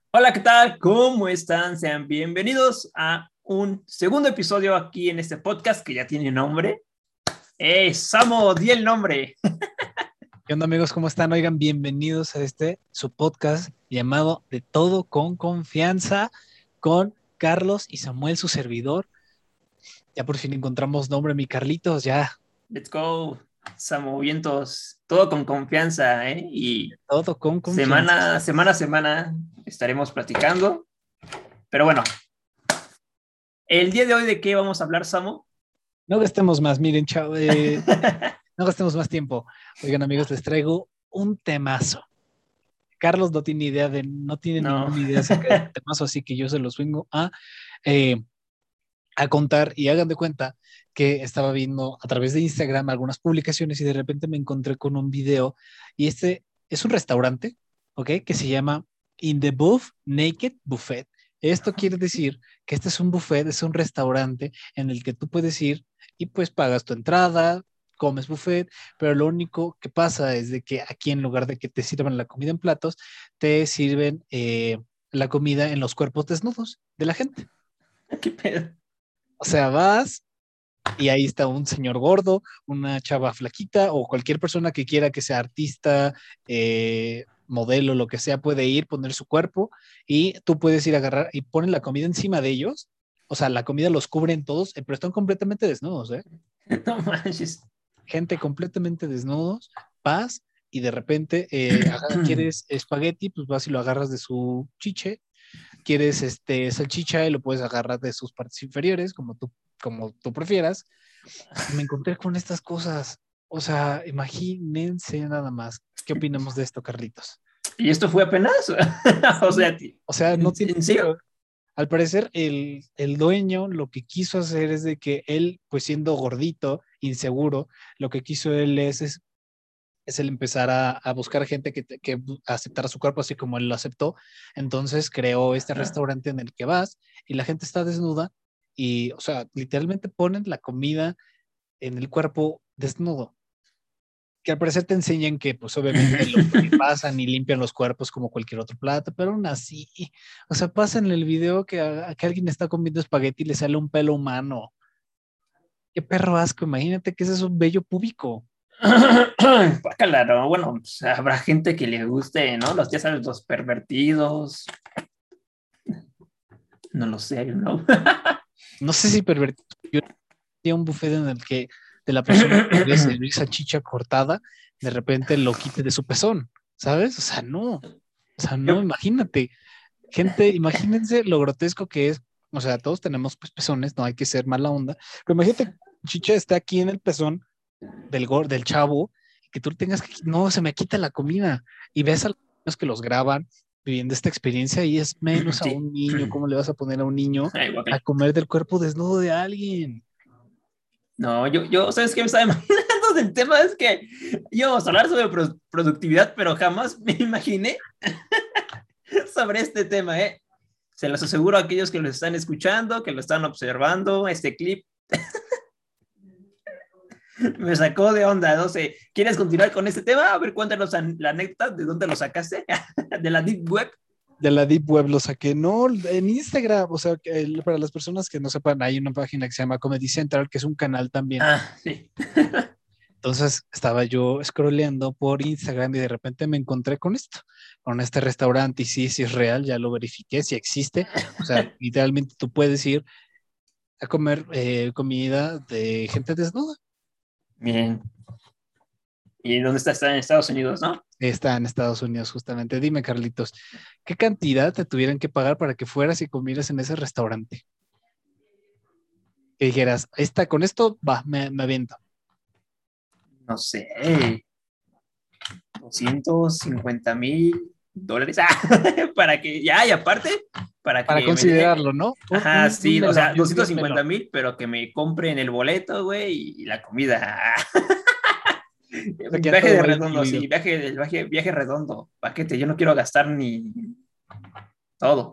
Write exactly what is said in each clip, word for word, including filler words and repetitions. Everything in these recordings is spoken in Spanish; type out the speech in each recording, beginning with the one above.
Hola, ¿qué tal? ¿Cómo están? Sean bienvenidos a un segundo episodio aquí en este podcast que ya tiene nombre. ¡Eh, Samo, di el nombre! ¿Qué onda, amigos? ¿Cómo están? Oigan, bienvenidos a este su podcast llamado De Todo con Confianza con Carlos y Samuel, su servidor. Ya por fin encontramos nombre, mi Carlitos, ya. Let's go, Samo Vientos. Todo con confianza, ¿eh? De Y Todo con Confianza. semana, semana a semana estaremos platicando. Pero bueno, el día de hoy, ¿de qué vamos a hablar, Samo? No gastemos más, miren, chao, eh, no gastemos más tiempo. Oigan, amigos, les traigo un temazo. Carlos no tiene idea de, no tiene No. ninguna idea acerca de este temazo, así que yo se los vengo a eh, a contar y hagan de cuenta que estaba viendo a través de Instagram algunas publicaciones y de repente me encontré con un video y este es un restaurante, ¿ok? Que se llama In the Buff Naked Buffet. Esto quiere decir que este es un buffet, es un restaurante en el que tú puedes ir y pues pagas tu entrada, comes buffet, pero lo único que pasa es de que aquí en lugar de que te sirvan la comida en platos, te sirven eh, la comida en los cuerpos desnudos de la gente. ¿Qué pedo? O sea, vas y ahí está un señor gordo, una chava flaquita o cualquier persona que quiera que sea artista, eh, modelo, lo que sea, puede ir, poner su cuerpo y tú puedes ir a agarrar y ponen la comida encima de ellos. O sea, la comida los cubren todos, eh, pero están completamente desnudos, ¿eh? No manches. Gente completamente desnudos, vas y de repente eh, aga- quieres espagueti, pues vas y lo agarras de su chiche. Quieres este salchicha y lo puedes agarrar de sus partes inferiores, como tú, como tú prefieras. Y me encontré con estas cosas. O sea, imagínense nada más. ¿Qué opinamos de esto, Carlitos? ¿Y esto fue apenas? O Sí. sea, O sea, ¿en, no tiene en serio? serio. Al parecer, el, el dueño lo que quiso hacer es de que él, pues siendo gordito, inseguro, lo que quiso él es, es, es el empezar a, a buscar gente que, te- que aceptara su cuerpo así como él lo aceptó. Entonces creó este Ajá. restaurante en el que vas y la gente está desnuda y, o sea, literalmente ponen la comida en el cuerpo desnudo. Que al parecer te enseñan que, pues obviamente lo que pasan y limpian los cuerpos como cualquier otro plato, pero aún así, o sea, pasa en el video que, a- que alguien está comiendo espagueti y le sale un pelo humano. Qué perro asco, imagínate que ese es un vello púbico. Guácala, ¿no? Bueno, pues, habrá gente que le guste, ¿no? Los, ya sabes, los pervertidos. No lo sé, ¿no? No sé si pervertido. Yo tenía un buffet en el que de la persona que podría servir salchicha cortada, de repente lo quite de su pezón, ¿sabes? O sea, no, o sea, no, Yo, imagínate. Gente, imagínense lo grotesco que es. O sea, todos tenemos pues, pezones, no hay que ser mala onda. Pero imagínate que Chicha está aquí en el pezón del, gor- del chavo y que tú tengas que, no, se me quita la comida. Y ves a los que los graban viviendo esta experiencia y es menos a sí. un niño. ¿Cómo le vas a poner a un niño Ay, a guácala. comer del cuerpo desnudo de alguien? No, yo, yo, ¿sabes qué me estaba imaginando del tema? Es que íbamos a hablar sobre pro- productividad, pero jamás me imaginé sobre este tema, ¿eh? Se los aseguro a aquellos que lo están escuchando, que lo están observando, este clip me sacó de onda, no sé. ¿Quieres continuar con este tema? A ver, cuéntanos la anécdota, ¿de dónde lo sacaste? ¿De la Deep Web? De la Deep Web lo saqué, no, en Instagram, o sea, que el- para las personas que no sepan, hay una página que se llama Comedy Central, que es un canal también. Ah, sí. Entonces estaba yo scrolleando por Instagram y de repente me encontré con esto, con este restaurante y sí, sí es real, ya lo verifiqué, sí existe. O sea, literalmente tú puedes ir a comer eh, comida de gente desnuda. Bien. ¿Y dónde está? Está en Estados Unidos, ¿no? Está en Estados Unidos justamente. Dime, Carlitos, ¿qué cantidad te tuvieran que pagar para que fueras y comieras en ese restaurante? Que dijeras, esta, con esto, va, me, me aviento. No sé, doscientos cincuenta mil dólares. Ah, para que, ya, y aparte, para Para que me dé, considerarlo, ¿no? Un, ajá, un, un sí, o melón, sea, yo diría doscientos un melón. cincuenta mil, pero que me compren el boleto, güey, y la comida. O sea, que ya Viaje todo de va redondo, incluido. sí, viaje, viaje, viaje redondo, paquete, yo no quiero gastar ni todo.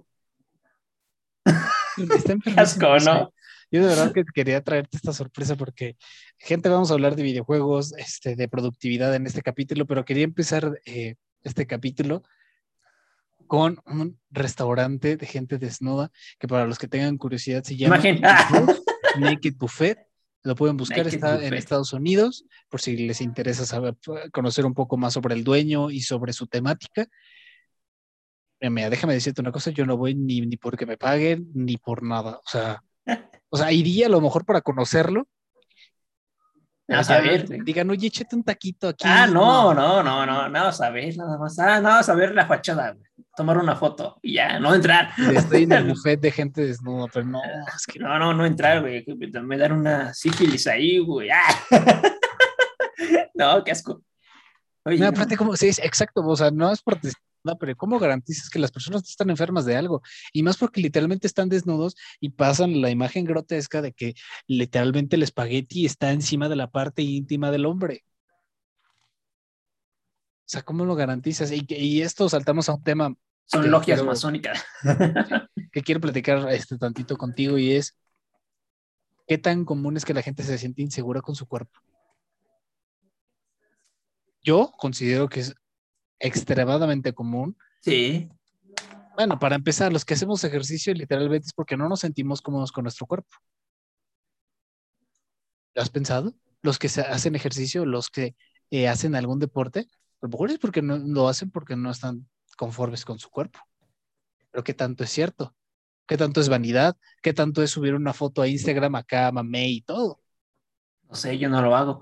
Está Qué enfermísimo asco, eso, ¿eh? ¿no? Yo de verdad que quería traerte esta sorpresa porque, gente, vamos a hablar de videojuegos, este, de productividad en este capítulo, pero quería empezar eh, este capítulo con un restaurante de gente desnuda, que para los que tengan curiosidad se llama Imagen. Naked Buffet. Lo pueden buscar, Naked está Buffet. en Estados Unidos, por si les interesa saber, conocer un poco más sobre el dueño y sobre su temática. Mira, déjame decirte una cosa, yo no voy ni, ni porque me paguen, ni por nada. O sea, o sea, iría a lo mejor para conocerlo, pero Vamos a ya ver, güey. digan, oye, échate un taquito aquí. Ah, no, no, no, no, no, vamos a ver, nada más. Ah, no, vamos a ver la fachada, güey. Tomar una foto y ya, no entrar. Estoy en el buffet de gente desnuda, pero no, es que No, no, no entrar, güey. Me dan una sífilis ahí, güey. Ah. No, qué asco. Oye, no, no. aparte, como, sí, es exacto, o sea, no es por nada, pero ¿cómo garantizas que las personas no están enfermas de algo? Y más porque literalmente están desnudos y pasan la imagen grotesca de que literalmente el espagueti está encima de la parte íntima del hombre. O sea, ¿cómo lo garantizas? Y, y esto saltamos a un tema Son que logias quiero, masónicas. que quiero platicar este tantito contigo y es, ¿qué tan común es que la gente se siente insegura con su cuerpo? Yo considero que es extremadamente común. Sí. Bueno, para empezar, los que hacemos ejercicio literalmente es porque no nos sentimos cómodos con nuestro cuerpo. ¿Lo has pensado? Los que se hacen ejercicio, los que eh, hacen algún deporte, a lo mejor es porque no lo hacen porque no están conformes con su cuerpo. Pero ¿qué tanto es cierto? ¿Qué tanto es vanidad? ¿Qué tanto es subir una foto a Instagram acá, mamé y todo? No sé, yo no lo hago.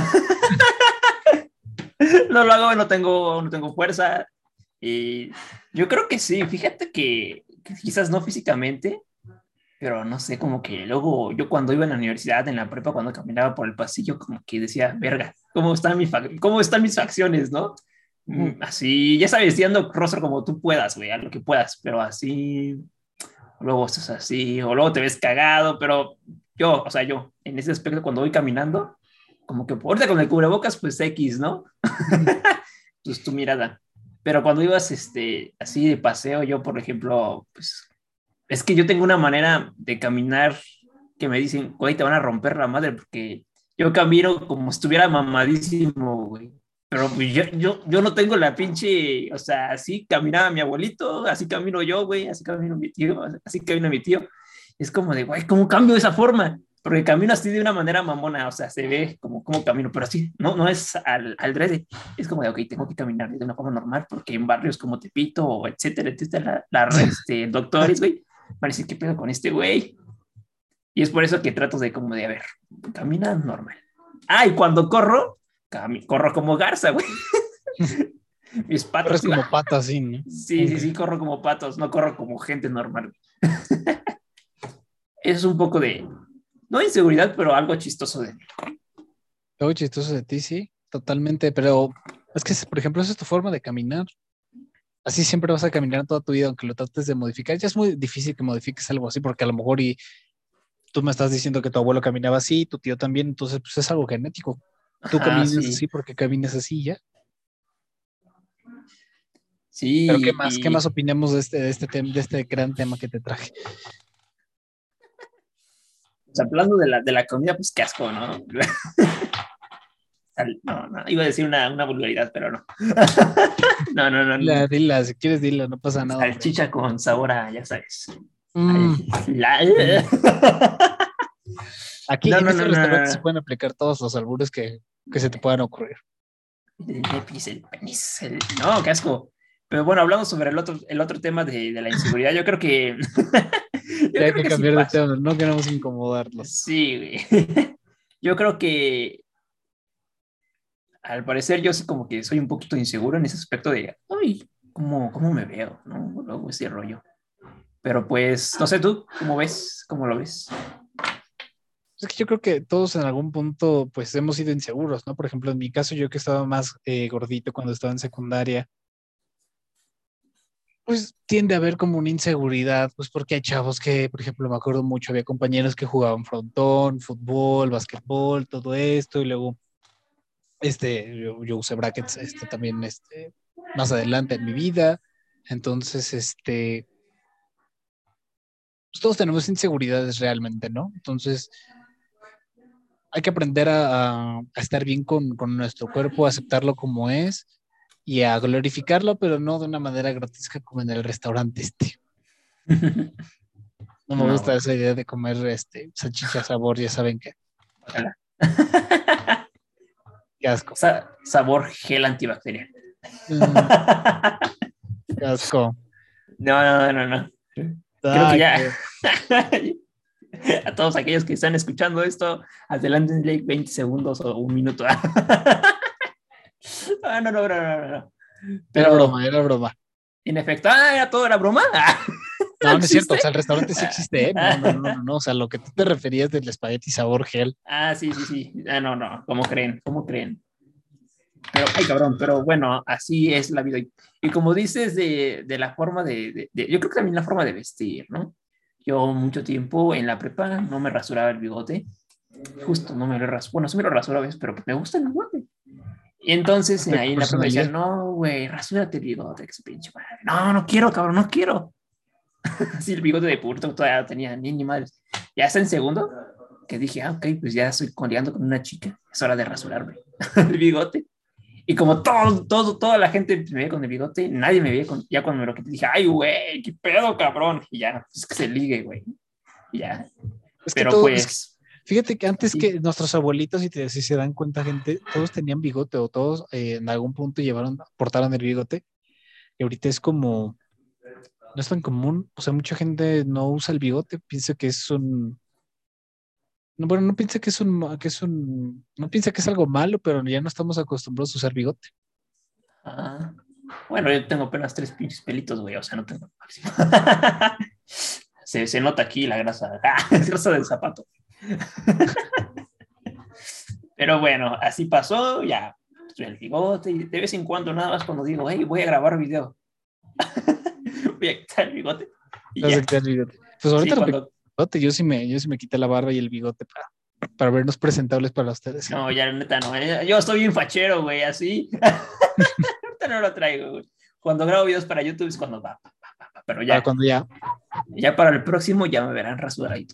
No lo hago, no tengo, no tengo fuerza. Y yo creo que sí, fíjate que, que quizás no físicamente, pero no sé, como que luego yo cuando iba en la universidad, en la prepa, cuando caminaba por el pasillo, como que decía, verga, ¿cómo están mis, cómo están mis facciones, no? Uh-huh. Así, ya sabes, dando rostro como tú puedas, güey, a lo que puedas, pero así, luego estás así, o luego te ves cagado, pero yo, o sea, yo, en ese aspecto, cuando voy caminando, como que ahorita con el cubrebocas, pues X, ¿no? Uh-huh. Pues tu mirada. Pero cuando ibas este, así de paseo, yo, por ejemplo, pues es que yo tengo una manera de caminar que me dicen, güey, te van a romper la madre, porque yo camino como si estuviera mamadísimo, güey. Pero pues yo, yo, yo no tengo la pinche, o sea, así caminaba mi abuelito, así camino yo, güey, así camino mi tío, así camina mi tío. Es como de, güey, ¿cómo cambio de esa forma? Porque camino así de una manera mamona, o sea, se ve como, como camino, pero así, no, no es al, al drede. Es como de, ok, tengo que caminar de una forma normal, porque en barrios como Tepito, o etcétera, etcétera, la, la este, doctores, güey, parece que pedo con este güey. Y es por eso que trato de como de, a ver, camina normal. Ah, y cuando corro, cami corro como garza, güey. Mis patos. Corres como pato así, ¿no? Sí, okay. sí, sí, corro como patos, no corro como gente normal. Es un poco de, no inseguridad, pero algo chistoso de mí. Algo chistoso de ti, sí, totalmente, pero es que, por ejemplo, esa es tu forma de caminar. Así siempre vas a caminar toda tu vida, aunque lo trates de modificar. Ya es muy difícil que modifiques algo así, porque a lo mejor y tú me estás diciendo que tu abuelo caminaba así, tu tío también, entonces pues es algo genético. Tú Ajá, caminas sí. así porque caminas así ya. Pero ¿qué Sí, más? ¿Qué y... más opinamos de este, de este tema, de este gran tema que te traje? Pues hablando de la, de la comida, pues qué asco, ¿no? No, no, iba a decir una, una vulgaridad, pero no. No, no, no, Dila, no. dila, si quieres dila, no pasa nada, hombre. Salchicha con sabor a, ya sabes. Mm. La... Aquí No, en no, este no, no, restaurante se no. pueden aplicar todos los albures que, que se te puedan ocurrir. El nepis, el penis, el... No, qué asco. Pero bueno, hablamos sobre el otro, el otro tema de, de la inseguridad. Yo creo que. Yo Ya hay creo que que sí cambiar de pasa. tema, no queremos incomodarlos. Sí, güey. Yo creo que al parecer yo sí como que soy un poquito inseguro en ese aspecto de, ay, ¿cómo, cómo me veo? ¿No? Luego ese rollo. Pero pues, no sé tú, ¿cómo ves? ¿Cómo lo ves? Es que yo creo que todos en algún punto pues hemos sido inseguros, ¿no? Por ejemplo, en mi caso, yo que estaba más eh, gordito cuando estaba en secundaria, pues tiende a haber como una inseguridad, pues porque hay chavos que, por ejemplo, me acuerdo mucho, había compañeros que jugaban frontón, fútbol, básquetbol, todo esto, y luego este, yo, yo usé brackets este, también este, más adelante en mi vida. Entonces, este, pues todos tenemos inseguridades realmente, ¿no? Entonces, hay que aprender a, a- a estar bien con, con nuestro cuerpo, a aceptarlo como es y a glorificarlo, pero no de una manera grotesca como en el restaurante este. No me No, gusta güey. esa idea de comer este salchicha sabor, ya saben qué, Ojalá. qué asco. Sa- sabor gel antibacterial. Mm, qué asco. No, no, no, no. Creo que Ah, ya. qué- A todos aquellos que están escuchando esto, adelántenle veinte segundos o un minuto. Ah, no, no, no, no, no, no. Era broma, Pero, era broma. en efecto, ah, era todo, era broma. Ah, ¿no No, no es cierto, o existe? sea, el restaurante sí Ah, existe, ¿eh? No, no, no, no, no, o sea, lo que tú te referías del espagueti sabor gel. ah, sí, sí, sí. Ah, no, no. ¿Cómo creen? ¿Cómo creen? Pero, ay, cabrón, pero bueno, así es la vida. Y, y como dices de, de la forma de, de, de, yo creo que también la forma de vestir, ¿no? Yo mucho tiempo en la prepa no me rasuraba el bigote, justo no me lo rasuraba, bueno, sí me lo rasuraba a veces, pero me gusta el bigote. Y entonces De ahí en la prepa me personalidad. decían, no, güey, rasúrate el bigote, que su pinche madre. No, no quiero, cabrón, no quiero. Así el bigote de puerto todavía no tenía ni ni madres. Ya está en segundo, que dije, ah, ok, pues ya estoy coleando con una chica, es hora de rasurarme el bigote. Y como todo, todo, toda la gente me veía con el bigote, nadie me veía con, ya cuando me lo quité, dije, ay, güey, qué pedo, cabrón. Y ya, es que se ligue, güey. Y ya. Es que Pero todo, es que, pues, fíjate que antes sí, que nuestros abuelitos, si, te, si se dan cuenta, gente, todos tenían bigote o todos eh, en algún punto llevaron, portaron el bigote. Y ahorita es como, no es tan común, o sea, mucha gente no usa el bigote, piensa que es un, no, bueno, no piensa que es un, ma- que es un, no piensa que es algo malo, pero ya no estamos acostumbrados a usar bigote. ah, bueno, yo tengo apenas tres pinches pelitos, güey, o sea, no tengo máximo. se, se nota aquí la grasa, ah, es grasa del zapato. Pero bueno, así pasó, ya, el bigote, y de vez en cuando nada más cuando digo, hey, voy a grabar video, voy a quitar el bigote, y Vas a ya. quitar el bigote. Pues ahorita Sí, lo que cuando, bigote, yo sí me, yo sí me quité la barba y el bigote para, para vernos presentables para ustedes. no, ya neta no, eh, yo estoy bien fachero, güey, así. Ahorita no lo traigo, güey. Cuando grabo videos para YouTube es cuando va, pa, pa, pa, pa, pero Para ya, cuando ya. ya para el próximo ya me verán rasuradito.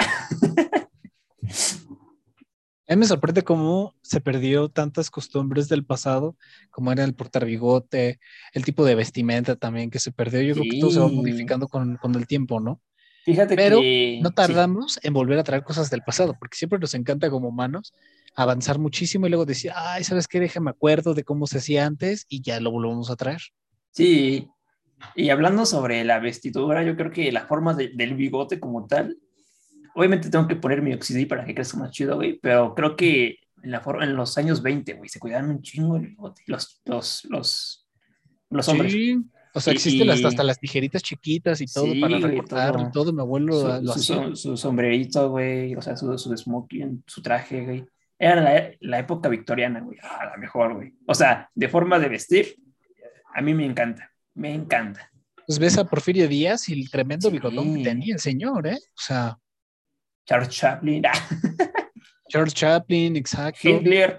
A mí me sorprende cómo se perdió tantas costumbres del pasado, como era el portar bigote, el tipo de vestimenta también que se perdió. Yo creo que todo se va Sí, modificando con, con el tiempo, ¿no? fíjate Pero no que sí, tardamos en volver a traer cosas del pasado, porque siempre nos encanta como humanos avanzar muchísimo y luego decir, ay, ¿sabes qué? Déjame acuerdo de cómo se hacía antes y ya lo volvemos a traer. sí. Y hablando sobre la vestidura, yo creo que la forma de, del bigote como tal, obviamente tengo que poner mi oxidí para que crezca más chido, güey, pero creo que en, la for- en los años veinte, güey, se cuidaban un chingo el bigote, los, los, los, los hombres. Sí, o sea, existen hasta, Y, hasta y las tijeritas chiquitas y todo para sí, güey, recortar y todo. todo. Mi abuelo lo, Su, lo su, hacía. su, su sombrerito, güey, o sea, su, su smoking, su traje, güey. Era la, la época victoriana, güey, a la mejor, güey. O sea, de forma de vestir, a mí me encanta, me encanta. Pues ves a Porfirio Díaz y el tremendo bigotón que Sí, tenía el señor, ¿eh? O sea, Charles Chaplin, Charles Chaplin, exacto. Hitler.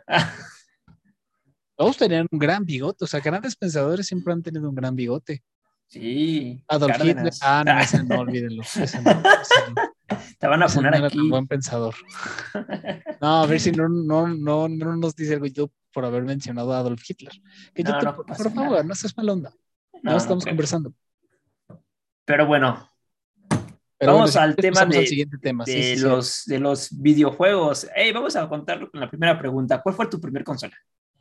Todos tenían un gran bigote, o sea, grandes pensadores siempre han tenido un gran bigote. Sí, Adolf Hitler, Cárdenas. ah, no, ese no, olvídenlo, ese no, ese no, Te van a ese poner no era tan aquí. buen pensador. No, a ver si no, no, no, no nos dice algo yo por haber mencionado a Adolf Hitler. Que yo No, te, no por, por pasa favor, no nada. seas mal onda. No No, no estamos creo. conversando. Pero bueno, Pero bueno, vamos si al quieres tema pasamos al de, siguiente tema. Sí, de, sí, sí. los, de los videojuegos. Hey, vamos a contar con la primera pregunta. ¿Cuál fue tu primer consola?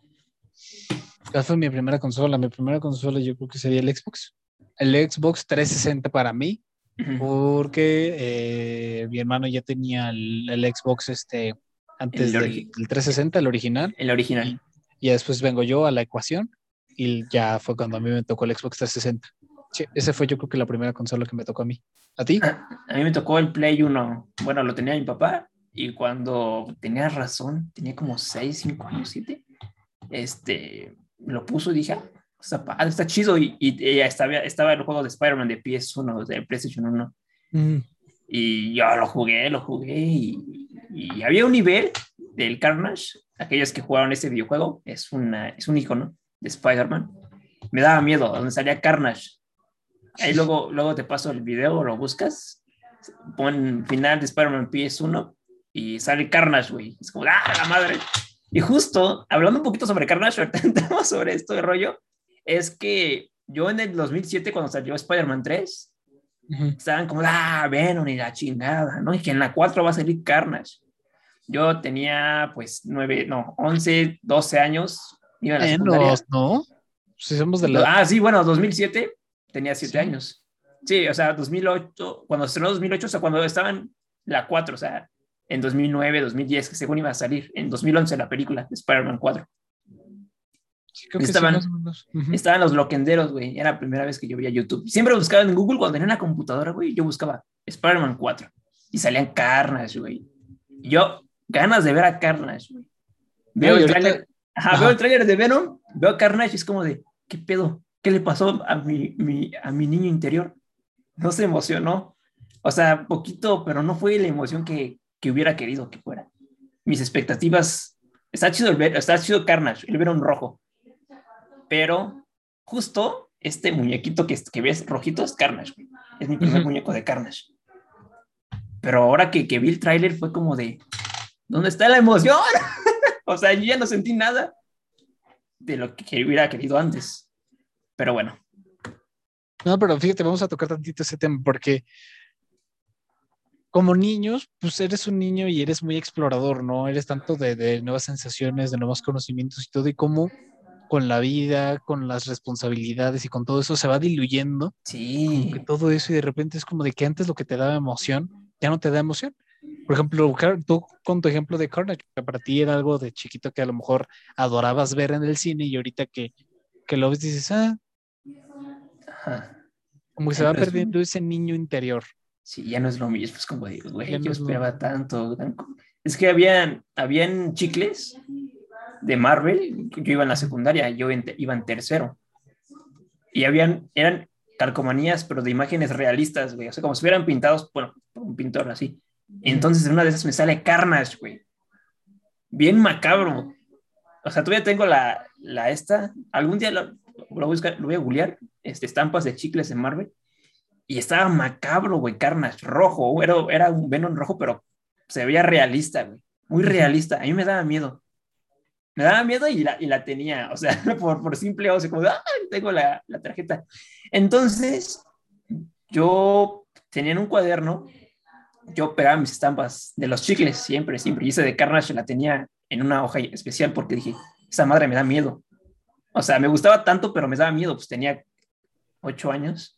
¿Cuál fue mi primera consola? Mi primera consola yo creo que sería el Xbox. El Xbox trescientos sesenta para mí, porque eh, mi hermano ya tenía el, el Xbox este, antes El, del, origi del trescientos sesenta, el original, el original. y, y después vengo yo a la ecuación y ya fue cuando a mí me tocó el Xbox trescientos sesenta. Sí, ese fue yo creo que la primera consola que me tocó a mí. ¿A ti? A mí me tocó el Play uno. Bueno, lo tenía mi papá y cuando tenía razón, tenía como seis cinco años, siete este, lo puso y dije, ah, está padre, está chido. Y, y, y estaba, estaba el juego de Spider-Man de P S uno, de PlayStation uno. Mm, Y yo lo jugué, lo jugué. Y, y había un nivel del Carnage. Aquellos que jugaron ese videojuego, es, una, es un icono de Spider-Man. Me daba miedo, donde salía Carnage. Ahí luego, luego te paso el video, lo buscas. Pon final de Spider-Man P S uno y sale Carnage, güey. Es como, ¡ah, la madre! Y justo, hablando un poquito sobre Carnage, ahorita entramos sobre esto de rollo. Es que yo en el dos mil siete, cuando salió Spider-Man tres, Uh-huh. estaban como, ah, Venom y la chingada, ¿no? Y que en la cuatro va a salir Carnage. Yo tenía, pues, nueve, no, once, doce años, iba a la Menos, secundaria. ¿no? Si somos de Do- la... ah, sí, bueno, dos mil siete, tenía siete Sí. años. Sí, o sea, dos mil ocho, cuando se estrenó dos mil ocho, o sea, cuando estaban la cuatro, o sea, en dos mil nueve, dos mil diez, que según iba a salir, en dos mil once la película de Spider-Man cuatro. Sí, creo que sí, más o Estaban, menos. Uh-huh. estaban los loquenderos, güey. Era la primera vez que yo veía YouTube. Siempre buscaba en Google cuando tenía una computadora, güey. Yo buscaba Spider-Man cuatro y salían Carnage, güey. Y yo, ganas de ver a Carnage, güey. No, Veo y el ahorita... tráiler, ajá, veo el Ajá. tráiler de Venom, veo a Carnage y es como de, ¿qué pedo? ¿Qué le pasó a mi, mi, a mi niño interior? No se emocionó. O sea, poquito, pero no fue la emoción que, que hubiera querido que fuera. Mis expectativas, está chido el ver, está chido Carnage, el Venom rojo, pero justo este muñequito que, que ves rojito es Carnage, güey. Es mi primer Uh-huh. muñeco de Carnage. Pero ahora que, que vi el tráiler fue como de, ¿dónde está la emoción? O sea, yo ya no sentí nada de lo que hubiera querido antes. Pero bueno. No, pero fíjate, vamos a tocar tantito ese tema porque como niños, pues eres un niño y eres muy explorador, ¿no? Eres tanto de, de nuevas sensaciones, de nuevos conocimientos y todo, y cómo con la vida, con las responsabilidades y con todo eso se va diluyendo, como que Sí, todo eso y de repente es como de que antes lo que te daba emoción ya no te da emoción. Por ejemplo, Car- tú con tu ejemplo de Carnage, que para ti era algo de chiquito que a lo mejor adorabas ver en el cine y ahorita que, que lo ves dices, ah, ajá. como que se Ya va no es, perdiendo ese niño interior. sí, ya no es lo mismo. Es como de, Ya güey, no yo es lo... esperaba tanto. Tan... Es que habían, habían chicles de Marvel. Yo iba en la Ujú, secundaria, yo en, iba en tercero. Y habían, eran calcomanías, pero de imágenes realistas, güey. O sea, como si hubieran pintados, bueno, por un pintor así. ujú. Entonces, en una de esas me sale Carnage, güey. Bien macabro. O sea, todavía tengo la, la esta. Algún día lo, lo, voy a buscar, lo voy a googlear. Este, estampas de chicles en Marvel. Y estaba macabro, güey. Carnage rojo. Era, era un Venom rojo, pero se veía realista, güey. Muy Ujú. realista. A mí me daba miedo. Me daba miedo y la, y la tenía. O sea, por, por simple o sea, como, ah, tengo la, la tarjeta. Entonces, yo tenía en un cuaderno, yo pegaba mis estampas de los chicles, siempre, siempre. Y ese de Carnage la tenía en una hoja especial porque dije, esa madre me da miedo. O sea, me gustaba tanto, pero me daba miedo, pues tenía ocho años.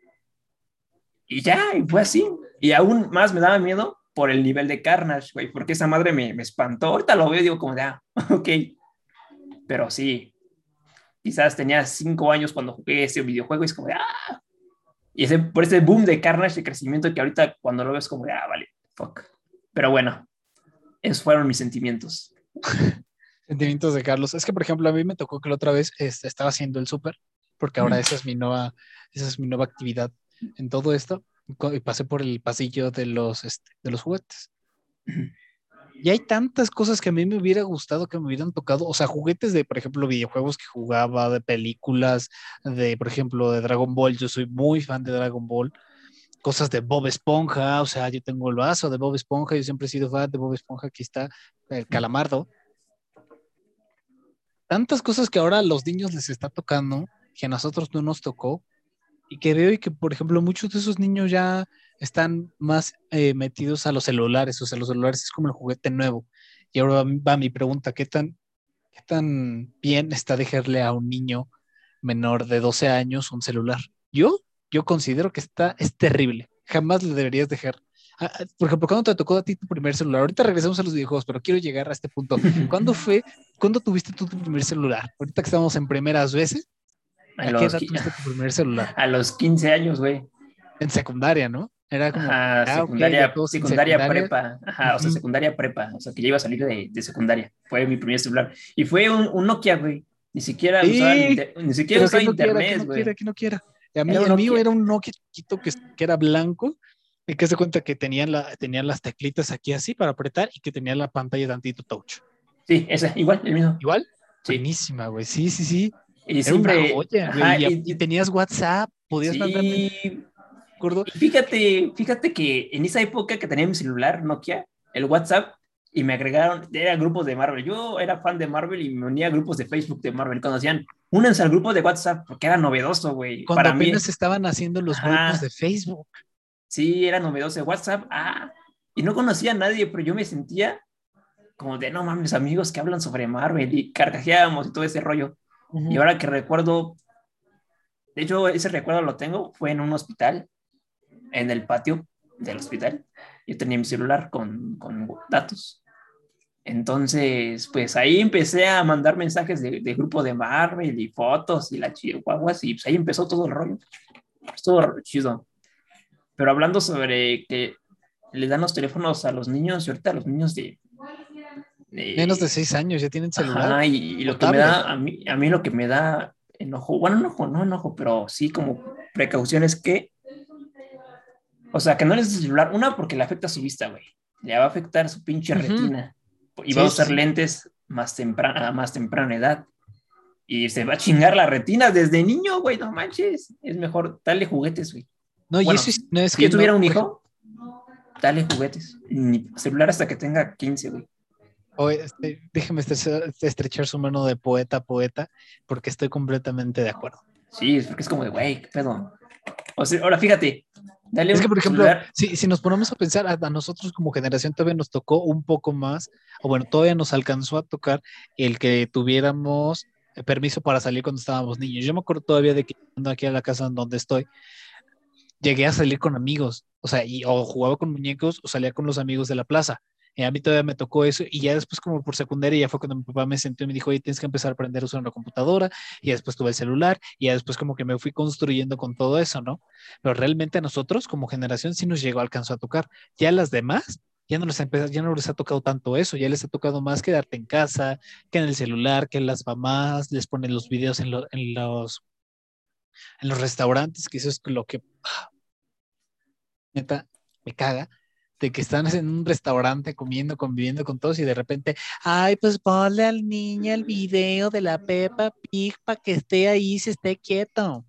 Y ya, y fue así. Y aún más me daba miedo por el nivel de Carnage, güey, porque esa madre me, me espantó. Ahorita lo veo y digo como de, ah, ok. Pero sí, quizás tenía cinco años cuando jugué ese videojuego y es como de, ah. Y ese, por ese boom de Carnage, de crecimiento que ahorita cuando lo ves como de, ah, vale, fuck. Pero bueno, esos fueron mis sentimientos. Sentimientos de Carlos. Es que, por ejemplo, a mí me tocó que la otra vez este, estaba haciendo el súper, porque ahora esa es mi nueva, esa es mi nueva actividad en todo esto. Y co- y pasé por el pasillo de los, este, de los juguetes. Y hay tantas cosas que a mí me hubiera gustado que me hubieran tocado. O sea, juguetes de, por ejemplo, videojuegos que jugaba, de películas, de, por ejemplo, de Dragon Ball. Yo soy muy fan de Dragon Ball. Cosas de Bob Esponja. O sea, yo tengo el vaso de Bob Esponja. Yo siempre he sido fan de Bob Esponja. Aquí está el calamardo. Tantas cosas que ahora a los niños les está tocando, que a nosotros no nos tocó, y que veo y que, por ejemplo, muchos de esos niños ya están más eh, metidos a los celulares, o sea, los celulares es como el juguete nuevo. Y ahora va, va mi pregunta, ¿qué tan, qué tan bien está dejarle a un niño menor de doce años un celular? Yo, yo considero que está, es terrible. Jamás le deberías dejar. Ah, ah, por ejemplo, ¿cuándo te tocó a ti tu primer celular? Ahorita regresamos a los videojuegos, pero quiero llegar a este punto. ¿Cuándo fue, cuándo tuviste tú tu primer celular? Ahorita que estamos en primeras veces, A ¿a qué los, edad tuviste tu primer celular? a los quince años, güey. En secundaria, ¿no? Era como, Ajá, ah, ok, ya secundaria, todos en secundaria secundaria. prepa, ajá, o sea, Ujú. secundaria prepa, o sea, que ya iba a salir de, de secundaria. Fue mi primer celular. Y fue un, un Nokia, güey. Ni siquiera usaba el Sí, inter- ni siquiera pero que usaba no quiera, que internet, no quiera, güey. que no quiera. Y a mí, Era un el mío Nokia. era un Nokia chiquito que, que era blanco y que se cuenta que tenía, la, tenía las teclitas aquí así para apretar y que tenía la pantalla tantito touch. Sí, ese, igual, el mismo. Igual, Sí. buenísima, güey. Sí, sí, sí. Y Era una siempre, joya, güey. ajá, Y, a- y, y y- tenías WhatsApp, podías mandar mensajes, sí. ¿acuerdo? Y fíjate, fíjate que en esa época que tenía mi celular Nokia, el WhatsApp, y me agregaron, era grupos de Marvel. Yo era fan de Marvel y me unía a grupos de Facebook de Marvel. Cuando hacían, únanse al grupo de WhatsApp, porque era novedoso, güey. Cuando Para apenas mí, estaban haciendo los grupos de ajá, Facebook. sí, era novedoso de WhatsApp. Ah, y no conocía a nadie, pero yo me sentía como de, no mames, amigos que hablan sobre Marvel y carcajeábamos y todo ese rollo. Y Ujú. ahora que recuerdo, de hecho, ese recuerdo lo tengo, fue en un hospital, en el patio del hospital. Yo tenía mi celular con, con datos. Entonces, pues ahí empecé a mandar mensajes de, de grupo de Marvel y fotos y la chihuahuas y pues ahí empezó todo el rollo. Estuvo chido. Pero hablando sobre que le dan los teléfonos a los niños y ahorita a los niños de, Menos de de seis años ya tienen celular ajá, y, y o lo que me tablet. da, a mí, a mí lo que me da enojo, bueno, enojo, no enojo, pero sí como precaución es que, o sea, que no les des el celular, una porque le afecta su vista, güey, le va a afectar su pinche Ujú. retina y va a Sí, sí, usar sí. lentes más temprana, a más temprana edad y se va a chingar la retina desde niño, güey, no manches, es mejor darle juguetes, güey. No, y Bueno, eso si, no es si que yo no, tuviera un por ejemplo, hijo, dale juguetes, ni celular hasta que tenga quince, güey. este, déjeme estre- estrechar su mano de poeta a poeta, porque estoy completamente de acuerdo. Sí, es porque es como de, güey, qué pedo. O sea, ahora fíjate, dale Es que, un por ejemplo, celular. si, si nos ponemos a pensar, a, a nosotros como generación todavía nos tocó un poco más, o bueno, todavía nos alcanzó a tocar el que tuviéramos eh, permiso para salir cuando estábamos niños. Yo me acuerdo todavía de que ando aquí a la casa en donde estoy, llegué a salir con amigos, o sea, y, o jugaba con muñecos o salía con los amigos de la plaza. Y a mí todavía me tocó eso y ya después como por secundaria ya fue cuando mi papá me sentó y me dijo, oye, tienes que empezar a aprender a usar una computadora y ya después tuve el celular y ya después como que me fui construyendo con todo eso, ¿no? Pero realmente a nosotros como generación sí nos llegó, alcanzó a tocar. Ya las demás ya no les ha empezado, ya no les ha tocado tanto eso, ya les ha tocado más quedarte en casa, que en el celular, que las mamás les ponen los videos en, lo- en los, en los restaurantes, que eso es lo que neta, me caga, de que están en un restaurante comiendo, conviviendo con todos y de repente, ay, pues ponle al niño el video de la Peppa Pig para que esté ahí, se esté quieto.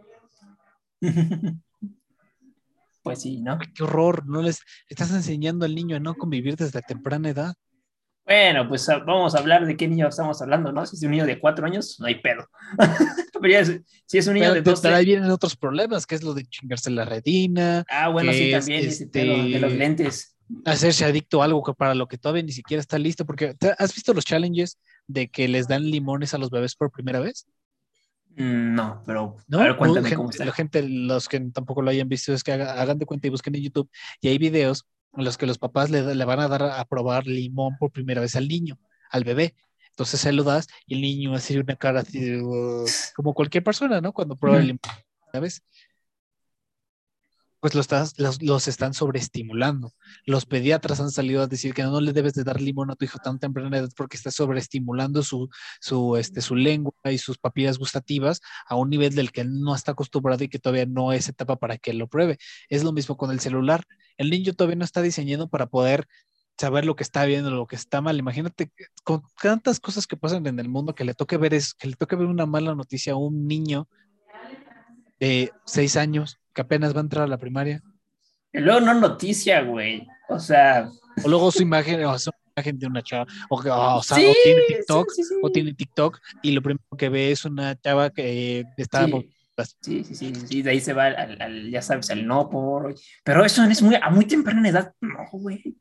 Pues sí, ¿no? Ay, qué horror, no les estás enseñando al niño a no convivir desde temprana edad. Bueno, pues ah, vamos a hablar de qué niño estamos hablando, ¿no? Si es un niño de cuatro años, no hay pedo. Pero ya es- si es un niño Pero, de te- pero ahí doce, vienen otros problemas, que es lo de chingarse la retina, ah, bueno, sí, que es también ese pedo de los este lentes. hacerse adicto a algo que para lo que todavía ni siquiera está listo, porque ¿te- ¿has visto los challenges de que les dan limones a los bebés por primera vez? Mm, no, pero a ¿No? ver, Bu- cuéntame cómo gente, la está. gente, los que tampoco lo hayan visto, es que haga- hagan de cuenta y busquen en YouTube y hay videos en los que los papás le, da- le van a dar a, a probar limón por primera vez al niño, al bebé. Entonces se lo das y el niño hace una cara así de, "Uh", como cualquier persona, ¿no? Cuando prueba el Ujú. limón, ¿sabes? Pues los, estás- los, los están sobreestimulando. Los pediatras han salido a decir que no le debes de dar limón a tu hijo tan temprana edad porque está sobreestimulando su, su, este, su lengua y sus papilas gustativas a un nivel del que él no está acostumbrado y que todavía no es etapa para que él lo pruebe. Es lo mismo con el celular. El niño todavía no está diseñado para poder saber lo que está bien o lo que está mal. Imagínate que con tantas cosas que pasan en el mundo que le toque ver es que le toque ver una mala noticia a un niño de seis años que apenas va a entrar a la primaria. Y luego no noticia, güey. O sea, O luego su imagen, o su imagen de una chava, o, que- o, sea, sí, o tiene sí, TikTok, sí, o sí. tiene TikTok, y lo primero que ve es una chava que está. Sí, sí, sí, sí, sí, de ahí se va al, al- al, ya sabes, al no por. Pero eso es muy, a muy temprana edad, no, güey.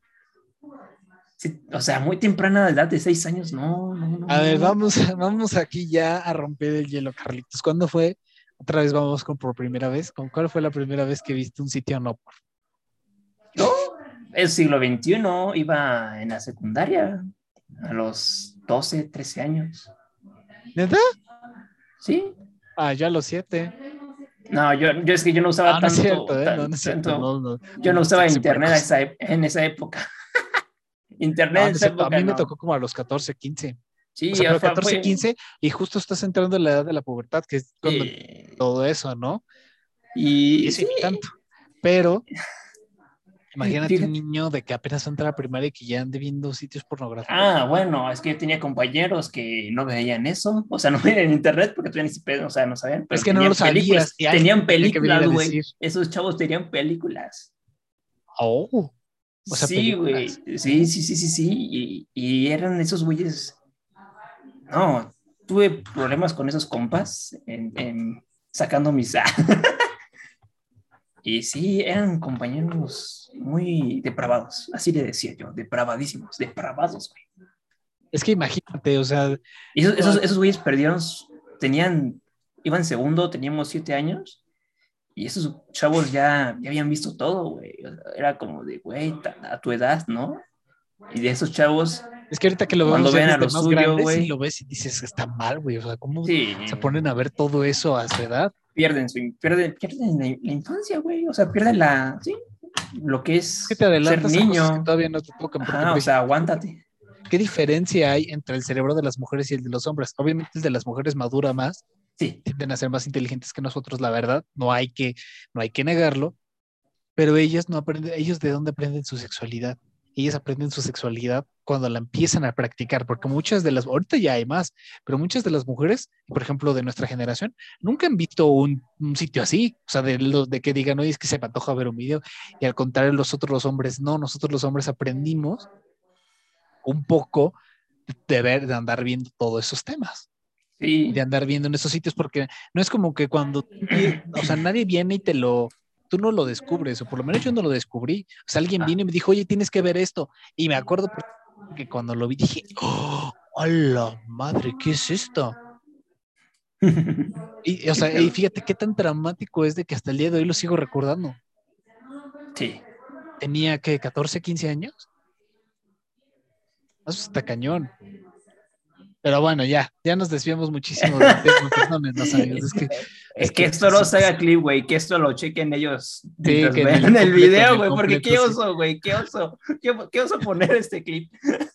Sí, o sea, a muy temprana edad de seis años, no, no, no, A ver, no. vamos, vamos aquí ya a romper el hielo, Carlitos. ¿Cuándo fue? Otra vez vamos con por primera vez. ¿Con cuál fue la primera vez que viste un sitio no? Yo, el siglo veintiuno, iba en la secundaria, a los doce trece años. ¿Neta? Sí, Ah, ya a los siete. no, yo, yo es que yo no usaba Ah, no es cierto, tanto, ¿eh? No, tan- no es cierto. tanto, No, no, yo no no me usaba saques en internet a puercos. esa, ep- en esa época. Internet Ah, en no es esa cierto. A época mí me tocó no. como a los catorce, quince. O Sí, sea, ya pero fue, catorce, fue quince y justo estás entrando en la edad de la pubertad, que es cuando eh, todo eso, ¿no? Y y eso y sí, ni tanto. Pero imagínate un fíjate. niño de que apenas va a entrar a primaria y que ya ande viendo sitios pornográficos. Ah, bueno, es que yo tenía compañeros que no veían eso, o sea, no veían internet porque todavía ni se, pe- o sea, no sabían, Es pero que no lo tenían sabías películas, y alguien tenían te tenía que venir películas, a güey. decir, Esos chavos tenían películas. oh. O sea, Sí, güey. películas. Sí, sí, sí, sí, sí. Y, y eran esos güeyes. No, tuve problemas con esos compas en, en sacando mis. Y sí, eran compañeros muy depravados. Así le decía yo, depravadísimos, depravados, güey. Es que imagínate, o sea, Y esos, esos, cuando- esos güeyes perdieron, tenían, iban segundo, teníamos siete años. Y esos chavos ya, ya habían visto todo, güey. O sea, era como de, güey, a tu edad, ¿no? Y de esos chavos, es que ahorita que lo vemos cuando ya ven a desde lo más suyo, grandes y güey, lo ves y dices, está mal, güey. O sea, ¿cómo sí, se ponen a ver todo eso a su edad? pierden, su, pierden, pierden la, la infancia, güey. O sea, pierden la, sí, lo que Es que es te ser adelantas a cosas que niño. todavía no te tocan, porque, Ajá, por o sea, ejemplo, aguántate. ¿qué diferencia hay entre el cerebro de las mujeres y el de los hombres? Obviamente el de las mujeres madura más, Sí, tienden a ser más inteligentes que nosotros, la verdad, no hay que, no hay que negarlo, pero ellas no aprenden, ellos de dónde aprenden su sexualidad. Ellas aprenden su sexualidad cuando la empiezan a practicar, porque muchas de las, ahorita ya hay más, pero muchas de las mujeres, por ejemplo, de nuestra generación, nunca han visto un, un sitio así, o sea, de, lo, de que digan, oye, es que se me antoja ver un video, y al contrario, nosotros los hombres, no, nosotros los hombres aprendimos un poco de ver, de andar viendo todos esos temas, de sí. andar viendo en esos sitios, porque no es como que cuando, o sea, nadie viene y te lo, tú no lo descubres, o por lo menos yo no lo descubrí. O sea, alguien Ah. vino y me dijo, oye, tienes que ver esto. Y me acuerdo que cuando lo vi dije, oh, ¡hola madre! ¿Qué es esto? Y, o ¿Qué sea, y pedo? fíjate qué tan dramático es de que hasta el día de hoy lo sigo recordando. Sí. Tenía que catorce, quince años. Eso está cañón. Pero bueno, ya, ya nos desviamos muchísimo del tema, perdónenos amigos, es que, es Eh, que que esto no sí, se haga clip, güey, que esto lo chequen ellos sí, mientras que en el ven el completo, en video, el güey, porque completo, qué sí. oso, güey, qué oso, qué, qué oso poner este clip,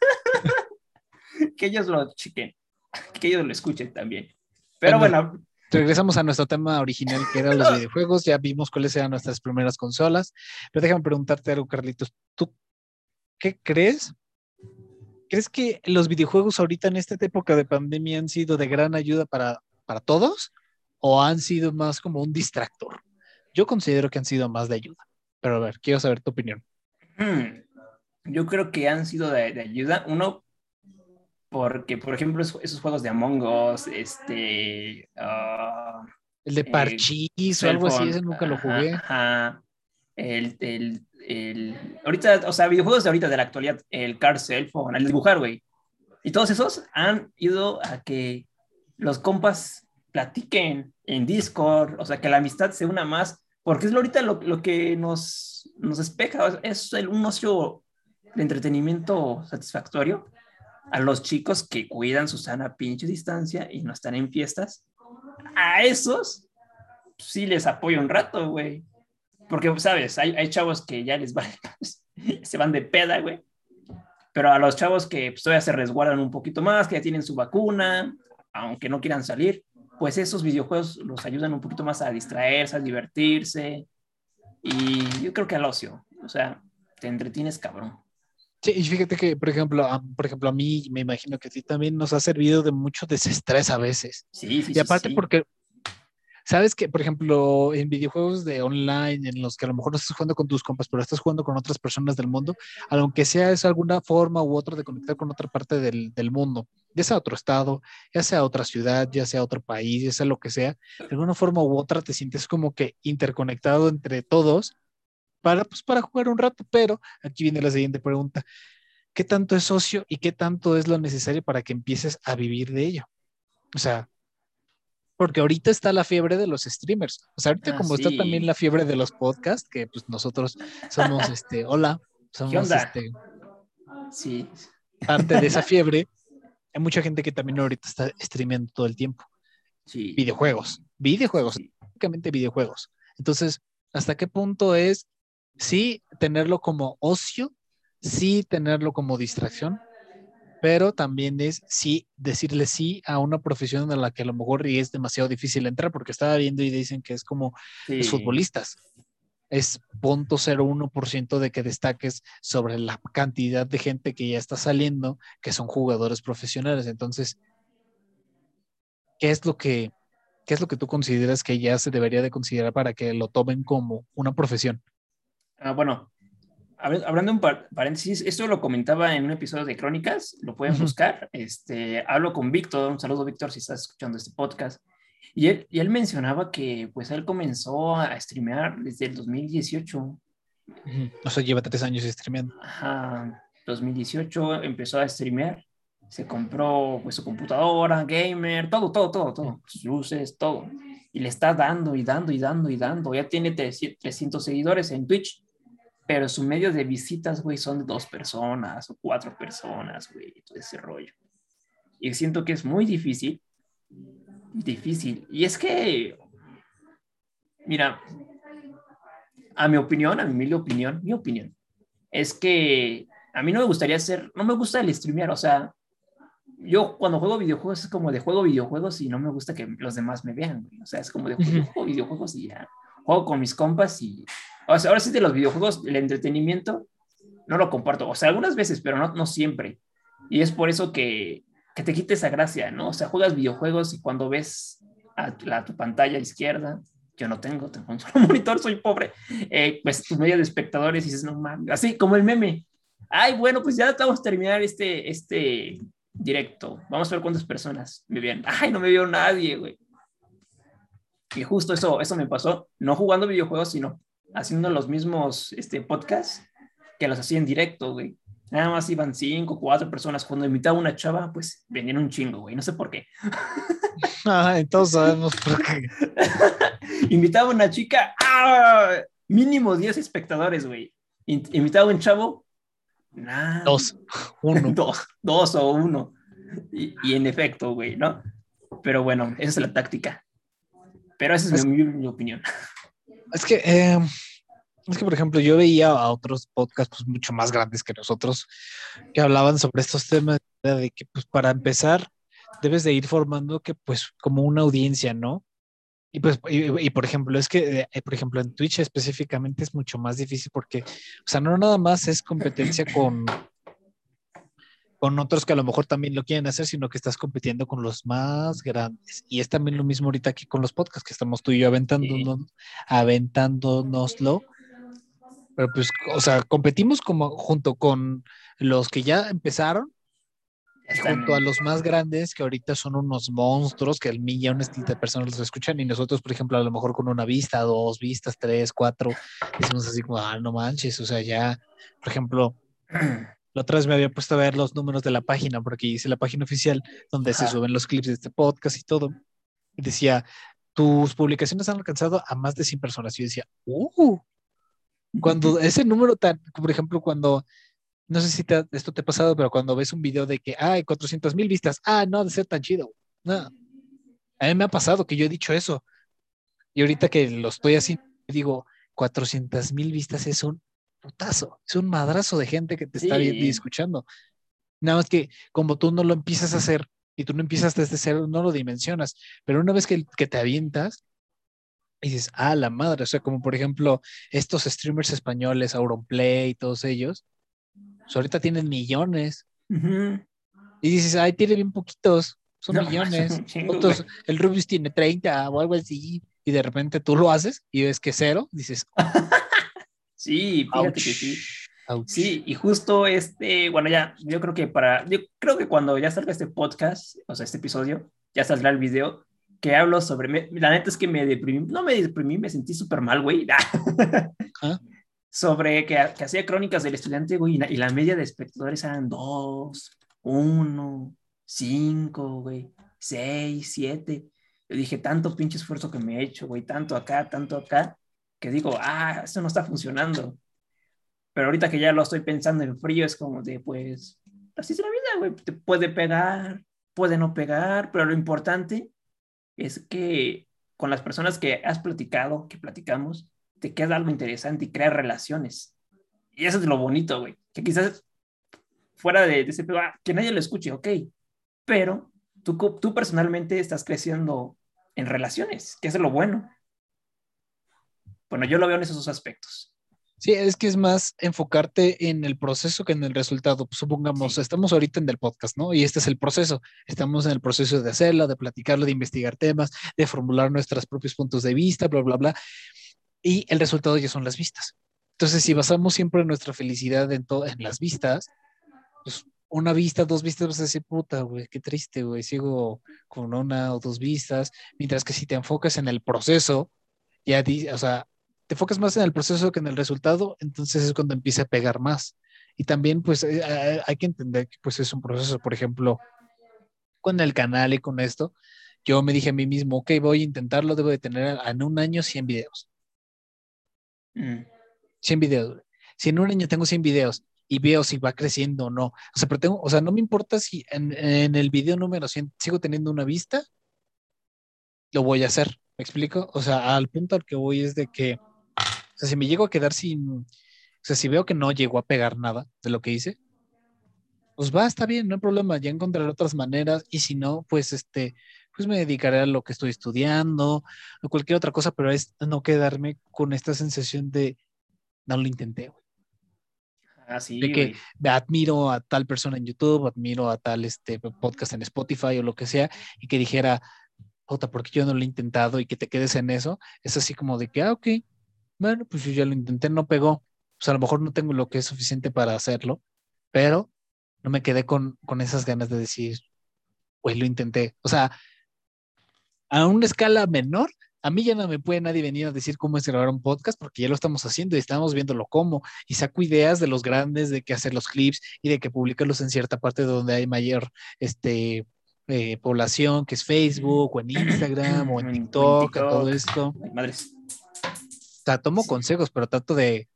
que ellos lo chequen, que ellos lo escuchen también. Pero Bueno, bueno, regresamos a nuestro tema original, que eran los videojuegos. Ya vimos cuáles eran nuestras primeras consolas. Pero déjame preguntarte algo, Carlitos. ¿Tú qué crees? ¿Crees que los videojuegos ahorita en esta época de pandemia han sido de gran ayuda para, para todos o han sido más como un distractor? Yo considero que han sido más de ayuda. Pero a ver, quiero saber tu opinión. hmm, yo creo que han sido de, de ayuda. Uno, porque, por ejemplo, esos, esos juegos de Among Us, este, uh, El de eh, Parchís o cell algo así, ese phone, nunca lo ajá, jugué. ajá, el, el, el, ahorita, o sea, videojuegos de ahorita, de la actualidad, el car cell phone, el dibujar, güey. Y todos esos han ido a que los compas platiquen en Discord, o sea, que la amistad se una más, porque es lo ahorita lo, lo que nos, nos despeja, es el, un ocio de entretenimiento satisfactorio a los chicos que cuidan su sana pinche distancia y no están en fiestas. A esos sí les apoyo un rato, güey. Porque, ¿sabes? Hay, hay chavos que ya les van, se van de peda, güey. Pero a los chavos que pues, todavía se resguardan un poquito más, que ya tienen su vacuna, aunque no quieran salir, pues esos videojuegos los ayudan un poquito más a distraerse, a divertirse. Y yo creo que al ocio, o sea, te entretienes cabrón. Sí, y fíjate que, por ejemplo, a, por ejemplo, a mí me imagino que a ti también nos ha servido de mucho desestrés a veces. Sí, sí, Y sí, aparte sí. porque sabes que, por ejemplo, en videojuegos de online, en los que a lo mejor no estás jugando con tus compas, pero estás jugando con otras personas del mundo, aunque sea es alguna forma u otra de conectar con otra parte del, del mundo, ya sea otro estado, ya sea otra ciudad, ya sea otro país, ya sea lo que sea, de alguna forma u otra te sientes como que interconectado entre todos para, pues, para jugar un rato, pero aquí viene la siguiente pregunta. ¿Qué tanto es socio y qué tanto es lo necesario para que empieces a vivir de ello? O sea, porque ahorita está la fiebre de los streamers. O sea, ahorita Ah, como está también la sí. fiebre de los podcasts, que pues nosotros somos, este, hola, ¿Qué somos, onda? este, Sí. parte de esa fiebre. Hay mucha gente que también ahorita está streameando todo el tiempo. Sí, Videojuegos, sí, videojuegos, sí. únicamente videojuegos. Entonces, ¿hasta qué punto es sí tenerlo como ocio, sí tenerlo como distracción, pero también es sí decirle sí a una profesión en la que a lo mejor y es demasiado difícil entrar, porque estaba viendo y dicen que es como los Sí. futbolistas, es cero punto cero uno por ciento de que destaques sobre la cantidad de gente que ya está saliendo, que son jugadores profesionales. Entonces, ¿qué es lo que, qué es lo que tú consideras que ya se debería de considerar para que lo tomen como una profesión? Ah, bueno. Hablando un par paréntesis, esto lo comentaba en un episodio de Crónicas, lo pueden Uh-huh. buscar. Este, hablo con Víctor, un saludo Víctor si estás escuchando este podcast. Y él, y él mencionaba que pues él comenzó a streamear desde el dos mil dieciocho. Uh-huh. O sea, lleva tres años streameando. Ajá, dos mil dieciocho empezó a streamear. Se compró pues su computadora, gamer, todo, todo, todo, todo, sus luces, todo. Y le está dando y dando y dando y dando. Ya tiene trescientos seguidores en Twitch, pero su medio de visitas, güey, son de dos personas o cuatro personas, güey, todo ese rollo. Y siento que es muy difícil, difícil. Y es que, mira, a mi opinión, a mi humilde opinión, mi opinión, es que a mí no me gustaría hacer, no me gusta el streamear, o sea, yo cuando juego videojuegos es como de juego videojuegos y no me gusta que los demás me vean, güey. O sea, es como de juego, Uh-huh. juego videojuegos y ya. Juego con mis compas y, o sea, ahora sí de los videojuegos, el entretenimiento, no lo comparto. O sea, algunas veces, pero no, no siempre. Y es por eso que, que te quita esa gracia, ¿no? O sea, juegas videojuegos y cuando ves a, tu, a tu pantalla izquierda, yo no tengo, tengo un solo monitor, soy pobre, eh, pues tu medio de espectadores y dices, no mames, así como el meme. Ay, bueno, pues ya vamos a terminar este, este directo. Vamos a ver cuántas personas me ven. Ay, no me vio nadie, güey. Y justo eso, eso me pasó, no jugando videojuegos, sino haciendo los mismos este, podcasts que los hacía en directo, güey. Nada más iban cinco, cuatro personas. Cuando invitaba a una chava, pues venían un chingo, güey. No sé por qué. Ah, entonces sabemos por qué. Invitaba a una chica, ¡ah! Mínimo diez espectadores, güey. Invitaba a un chavo, nada. Dos, uno. dos, dos o uno. Y, y en efecto, güey, ¿no? Pero bueno, esa es la táctica. Pero esa es, es mi, mi opinión. Es que, eh, es que, por ejemplo, yo veía a otros podcasts pues, mucho más grandes que nosotros que hablaban sobre estos temas de que, pues, para empezar, debes de ir formando que, pues, como una audiencia, ¿no? Y pues, y, y por ejemplo, es que, eh, por ejemplo, en Twitch específicamente es mucho más difícil porque, o sea, no nada más es competencia con, con otros que a lo mejor también lo quieren hacer, sino que estás compitiendo con los más grandes. Y es también lo mismo ahorita aquí con los podcasts, que estamos tú y yo aventándonos, sí. aventándonoslo. Pero pues, o sea, competimos como junto con los que ya empezaron y junto a los más grandes, que ahorita son unos monstruos, que el millones de personas los escuchan, y nosotros, por ejemplo, a lo mejor con una vista, dos vistas, tres, cuatro, decimos así como, ah, no manches, o sea, ya, por ejemplo, la otra vez me había puesto a ver los números de la página, porque hice la página oficial donde Ajá. se suben los clips de este podcast y todo, y decía, tus publicaciones han alcanzado a más de cien personas, y yo decía, uh, cuando ese número tan, por ejemplo, cuando no sé si te, esto te ha pasado, pero cuando ves un video de que hay cuatrocientas mil vistas, ah, no, de ser tan chido. No. A mí me ha pasado que yo he dicho eso. Y ahorita que lo estoy haciendo, digo, cuatrocientas mil vistas es un putazo, es un madrazo de gente que te sí. está viendo y escuchando. Nada más que como tú no lo empiezas a hacer y tú no empiezas desde cero, no lo dimensionas. Pero una vez que, que te avientas, y dices, ah, la madre, o sea, como por ejemplo, estos streamers españoles, Auronplay y todos ellos, pues ahorita tienen millones. Uh-huh. Y dices, ay, tiene bien poquitos, son no, millones. Chingo, otros, el Rubius tiene treinta o algo así. Y de repente tú lo haces y ves que cero, dices, oh. Sí, fíjate Ouch. que sí. Ouch. Sí, y justo este, bueno, ya, yo creo que para, yo creo que cuando ya salga este podcast, o sea, este episodio, ya saldrá el video que hablo sobre, me, la neta es que me deprimí, no me deprimí, me sentí súper mal, güey. ¿Ah? Sobre que, que hacía crónicas del estudiante, güey, y la, y la media de espectadores eran dos, uno, cinco, güey, seis, siete. Yo dije, tanto pinche esfuerzo que me he hecho, güey, tanto acá, tanto acá, que digo, ah, esto no está funcionando. Pero ahorita que ya lo estoy pensando en frío, es como de, pues, así es la vida, güey, te puede pegar, puede no pegar, pero lo importante es que con las personas que has platicado, que platicamos, te queda algo interesante y creas relaciones. Y eso es lo bonito, güey. Que quizás fuera de, de ese pedo, ah, que nadie lo escuche, ok. Pero tú, tú personalmente estás creciendo en relaciones, que es lo bueno. Bueno, yo lo veo en esos dos aspectos. Sí, es que es más enfocarte en el proceso que en el resultado. Pues supongamos, sí. estamos ahorita en el podcast, ¿no? Y este es el proceso. Estamos en el proceso de hacerlo, de platicarlo, de investigar temas, de formular nuestros propios puntos de vista, bla, bla, bla. Y el resultado ya son las vistas. Entonces, si basamos siempre nuestra felicidad en, to- en las vistas, pues una vista, dos vistas, vas a decir, puta, güey, qué triste, güey, sigo con una o dos vistas, mientras que si te enfocas en el proceso, ya, di- o sea, te enfocas más en el proceso que en el resultado, entonces es cuando empieza a pegar más. Y también, pues, eh, eh, hay que entender que, pues, es un proceso, por ejemplo, con el canal y con esto, yo me dije a mí mismo, ok, voy a intentarlo, debo de tener en un año cien videos. Mm. cien videos, güey. Si en un año tengo cien videos y veo si va creciendo o no, o sea, pero tengo, o sea, no me importa si en, en el video número cien sigo teniendo una vista, lo voy a hacer. ¿Me explico? O sea, al punto al que voy es de que, o sea, si me llego a quedar sin, o sea, si veo que no llegó a pegar nada de lo que hice, pues va, está bien, no hay problema, ya encontraré otras maneras y si no, pues este, pues me dedicaré a lo que estoy estudiando o cualquier otra cosa, pero es no quedarme con esta sensación de no lo intenté, güey. Ah, De sí, que güey. admiro a tal persona en YouTube, admiro a tal este podcast en Spotify o lo que sea, y que dijera, puta, ¿por qué yo no lo he intentado? Y que te quedes en eso, es así como de que, ah, ok, bueno, pues yo ya lo intenté, no pegó. Pues a lo mejor no tengo lo que es suficiente para hacerlo, pero no me quedé con, con esas ganas de decir, pues lo intenté. O sea, a una escala menor, a mí ya no me puede nadie venir a decir cómo es grabar un podcast porque ya lo estamos haciendo y estamos viéndolo cómo. Y saco ideas de los grandes, de que hacer los clips y de que publicarlos en cierta parte donde hay mayor este, eh, población, que es Facebook o en Instagram o en En, o en TikTok, a todo TikTok. esto. O Ay, madres. sea, tomo Sí. consejos, pero trato de,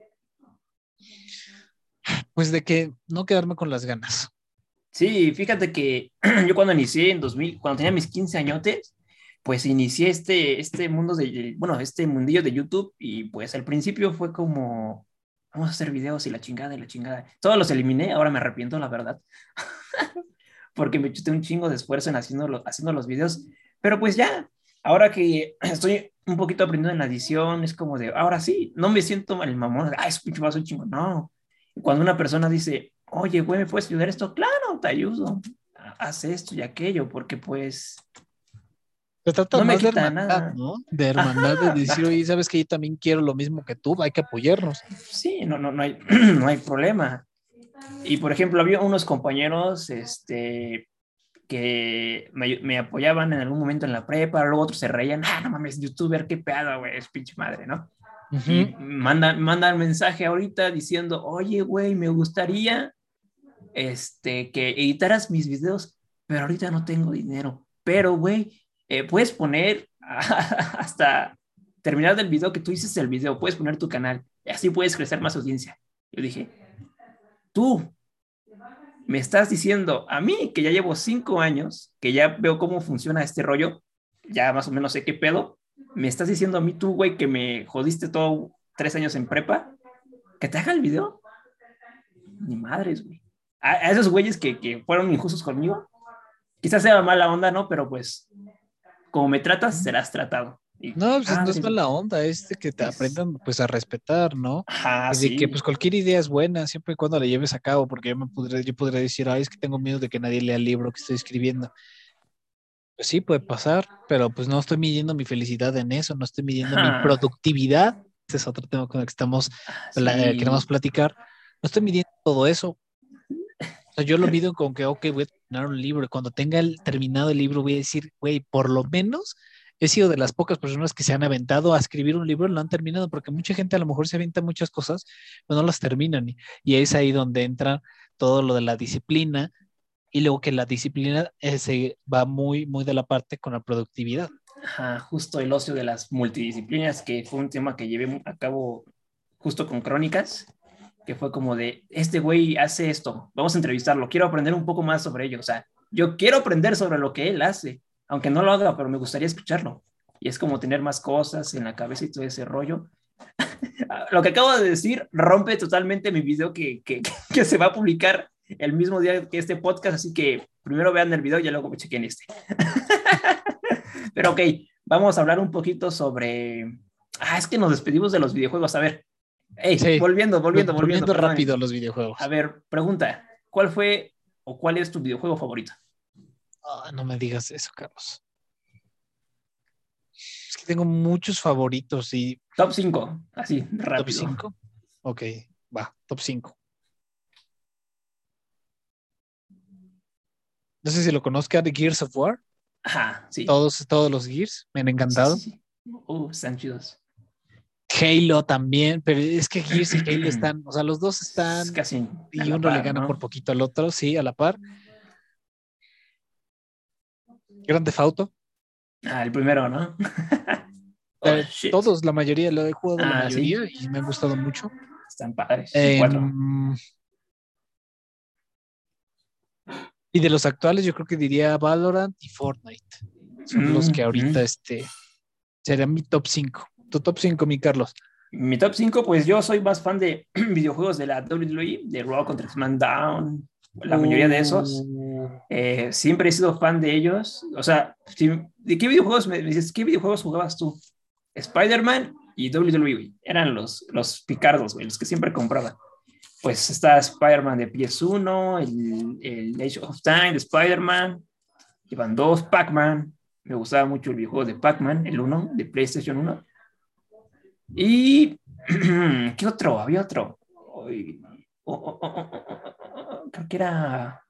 pues de que no quedarme con las ganas. Sí, fíjate que yo cuando inicié en dos mil, cuando tenía mis quince añotes, pues inicié este, este mundo de, bueno, este mundillo de YouTube y pues al principio fue como, vamos a hacer videos y la chingada y la chingada. Todos los eliminé, ahora me arrepiento, la verdad, porque me chuté un chingo de esfuerzo en haciendo, lo- haciendo los videos, pero pues ya, ahora que estoy un poquito aprendiendo en la edición, es como de, ahora sí, no me siento mal, el mamón, ah, es pinche vaso chingo, no. Cuando una persona dice, oye, güey, ¿me puedes ayudar esto? Claro, te ayudo, haz esto y aquello, porque pues Se trata no me más de quita hermandad, nada. ¿no? De Ajá, hermandad, de decir, ah, oye, sabes que yo también quiero lo mismo que tú, hay que apoyarnos. sí, no, no, no hay, no hay problema. Y por ejemplo, había unos compañeros, este, que me, me, apoyaban en algún momento en la prepa, luego otros se reían, ah, no mames, youtuber, qué pedo, güey, es pinche madre, ¿no? Ujú. Y mandan, mandan mensaje ahorita diciendo, oye, güey, me gustaría este, que editaras mis videos, pero ahorita no tengo dinero. Pero, güey, eh, puedes poner hasta terminar del video que tú dices el video, puedes poner tu canal y así puedes crecer más audiencia. Yo dije, tú me estás diciendo a mí que ya llevo cinco años, que ya veo cómo funciona este rollo, ya más o menos sé qué pedo, me estás diciendo a mí tú, güey, que me jodiste todo tres años en prepa, que te haga el video. Ni madres, güey. A, a esos güeyes que, que fueron injustos conmigo, quizás sea mala onda, ¿no? Pero pues, como me tratas, serás tratado. Y No, ni pues no es madres, güey. mala onda, es de que te Es, aprendan pues a respetar, ¿no? ajá, Y de que sí. pues cualquier idea es buena siempre y cuando la lleves a cabo, porque yo me podré, yo podría decir, ay, es que tengo miedo de que nadie lea el libro que estoy escribiendo. Pues sí, puede pasar, pero pues no estoy midiendo mi felicidad en eso, no estoy midiendo mi Ajá, productividad. Ese es otro tema con el que estamos, pla- eh, queremos sí. platicar. No estoy midiendo todo eso. O sea, yo lo mido con que, ok, voy a terminar un libro. Y cuando tenga el, terminado el libro, voy a decir, güey, por lo menos he sido de las pocas personas que se han aventado a escribir un libro y lo han terminado, porque mucha gente a lo mejor se avienta muchas cosas, pero no las terminan. Y, y es ahí donde entra todo lo de la disciplina. Y luego que la disciplina eh, se va muy, muy de la parte con la productividad. Ajá, justo el ocio de las multidisciplinas, que fue un tema que llevé a cabo justo con Crónicas, que fue como de, este güey hace esto, vamos a entrevistarlo, quiero aprender un poco más sobre ello, o sea, yo quiero aprender sobre lo que él hace, aunque no lo haga, pero me gustaría escucharlo. Y es como tener más cosas en la cabeza y todo ese rollo. Lo que acabo de decir rompe totalmente mi video que, que, que se va a publicar el mismo día que este podcast, así que primero vean el video y ya luego me chequen este. Pero ok, vamos a hablar un poquito sobre... Ah, es que nos despedimos de los videojuegos. A ver, hey, Sí, volviendo, volviendo, volviendo, volviendo rápido a perdón. los A videojuegos. ver, pregunta, ¿cuál fue o cuál es tu videojuego favorito? Ah, no me digas eso, Carlos. Es que tengo muchos favoritos y Top cinco, así, top rápido. cinco. Ok, va, top cinco. No sé si lo conozcan, de Gears of War. Ajá, sí. Todos, todos los Gears me han Sí, sí, encantado. sí. Uh, están chidos. Halo también, pero es que Gears y Halo están, o sea, los dos Es están casi a y la uno le par, gana por ¿no? poquito al otro, sí, a la par. Grand Theft Auto, Ah, el primero, ¿no? Oh, eh, shit. todos, la mayoría, lo he jugado la Ah, sí. mayoría y me han gustado mucho. Están padres. El cuatro. Em, y de los actuales, yo creo que diría Valorant y Fortnite. Son los que Mm, ahorita, mm. este, serían mi top cinco. Tu top cinco, mi Carlos. Mi top cinco, pues yo soy más fan de videojuegos de la W W E, de Raw contra SmackDown, la mayoría de esos. Uh, Eh, siempre he sido fan de ellos. O sea, si- ¿de qué videojuegos me, me dices? ¿Qué videojuegos jugabas tú? Spider-Man y W W E. Eran los, los picardos, güey, los que siempre compraba. Pues está Spider-Man de P S uno, el, el Age of Time de Spider-Man, llevan dos, Pac-Man. Me gustaba mucho el videojuego de Pac-Man, el uno de PlayStation uno. Y ¿qué otro? Había otro. Uy, oh, oh, oh, oh, oh, oh, oh, creo que era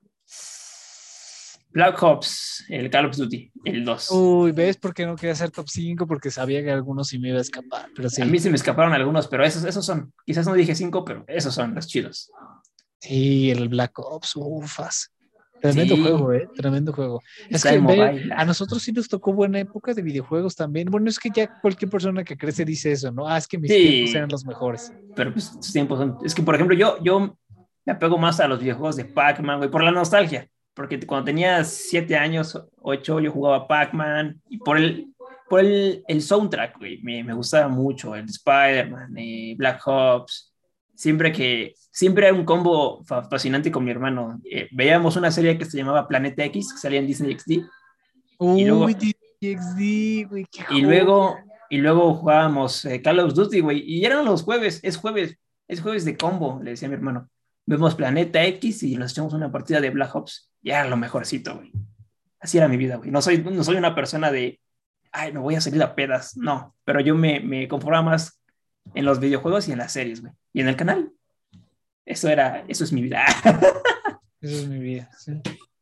Black Ops, el Call of Duty, el dos. Uy, ¿ves por qué no quería hacer top cinco? Porque sabía que algunos sí me iba a escapar, pero A sí, mí se me escaparon algunos, pero esos, esos son. Quizás no dije cinco, pero esos son los chidos. sí, el Black Ops, ufas. Tremendo Sí, juego, ¿eh? Tremendo juego. Es está que en ve, mobile. a Ah, nosotros sí nos tocó buena época de videojuegos también. Bueno, es que ya cualquier persona que crece dice eso, ¿no? Ah, es que mis tiempos sí, eran los mejores. pero pues tus tiempos son. Es que, por ejemplo, yo, yo me apego más a los videojuegos de Pac-Man, güey, por la nostalgia. Porque cuando tenía siete años, ocho, yo jugaba Pac-Man y por el, por el, el soundtrack, güey, me, me gustaba mucho el Spider-Man, eh, Black Ops. Siempre que, siempre era un combo fa- fascinante con mi hermano. Eh, veíamos una serie que se llamaba Planeta X, que salía en Disney X D, y Uy, luego, D X D, güey, qué y joya. luego, y luego jugábamos eh, Call of Duty, güey, y eran los jueves, es jueves, es jueves de combo, le decía a mi hermano. Vemos Planeta X y nos echamos una partida de Black Ops. Y era lo mejorcito, güey. Así era mi vida, güey. No soy, no soy una persona de, ay, me voy a salir a pedas. No, pero yo me, me conformaba más en los videojuegos y en las series, güey. Y en el canal. Eso era, eso es mi vida. Eso es mi vida, sí.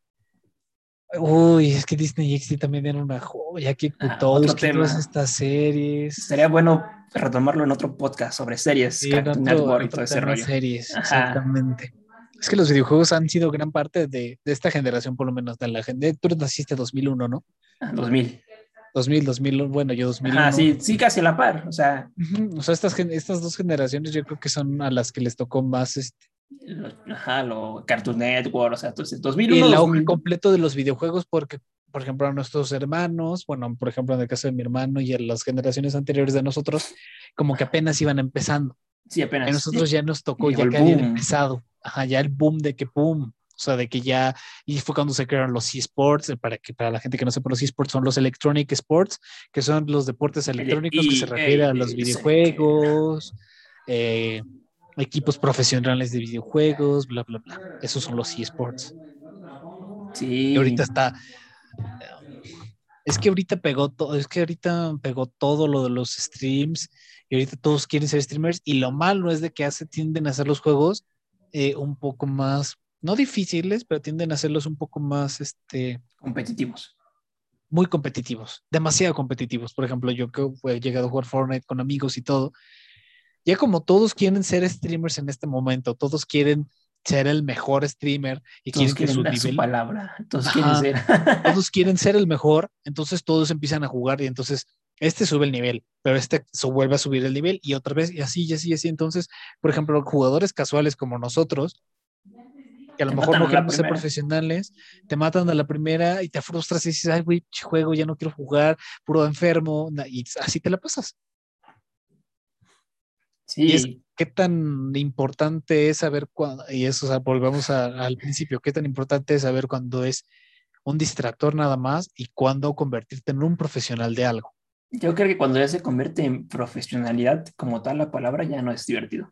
Uy, es que Disney X D también era una joya, que Ah, otro Kutowski, todas tema. estas series. Estaría bueno retomarlo en otro podcast sobre series, Sí, en Cartoon otro, en Network y otro todo ese tema rollo. series, Ajá. exactamente. Es que los videojuegos han sido gran parte de, de esta generación, por lo menos de la gente. Tú naciste dos mil uno, ¿no? dos mil. dos mil, dos mil, bueno, yo Ajá, dos mil uno. sí, sí, casi a la par. O sea, Ujú. O sea, estas, gen- estas dos generaciones yo creo que son a las que les tocó más este, lo, ajá, lo Cartoon Network, o sea, entonces dos mil uno, el auge dos mil dos. completo de los videojuegos porque, por ejemplo, a nuestros hermanos, bueno, por ejemplo, en el caso de mi hermano y en las generaciones anteriores de nosotros, como que apenas iban empezando. Sí, A apenas. nosotros Sí, ya nos tocó, llegó ya el que habían boom. empezado, ajá, ya el boom de que boom, o sea, de que ya, y fue cuando se crearon los esports, eh, para que para la gente que no sepa, los esports son los electronic sports, que son los deportes El de electrónicos que se E refiere A a los de Sonic. videojuegos, eh, equipos profesionales de videojuegos, bla, bla, bla. Esos son los esports. Y Sí, ahorita está, es que ahorita pegó todo, es que ahorita pegó todo lo de los streams y ahorita todos quieren ser streamers y lo malo es de que hace, tienden a hacer los juegos eh, un poco más, no difíciles, pero tienden a hacerlos un poco más, este, competitivos. muy competitivos, demasiado competitivos. Por ejemplo, yo que he llegado a jugar Fortnite con amigos y todo, ya como todos quieren ser streamers en este momento, todos quieren ser el mejor streamer y Todos quieren que quieren su dar su nivel, palabra. Todos quieren ajá, ser. todos quieren ser el mejor, entonces todos empiezan a jugar y entonces este sube el nivel, pero este se vuelve a subir el nivel y otra vez y así y así y así. Entonces, por ejemplo, jugadores casuales como nosotros, que a lo Te mejor matan no a la queremos ser primera. profesionales, te matan a la primera y te frustras y dices, ay, güey, juego, ya no quiero jugar, puro enfermo, y así te la pasas. Y es Sí, qué tan importante es saber cuándo, y eso, o sea, volvemos a- al principio, qué tan importante es saber cuándo es un distractor nada más y cuándo convertirte en un profesional de algo. yo creo que cuando ya se convierte en profesionalidad, como tal, la palabra ya no es divertido.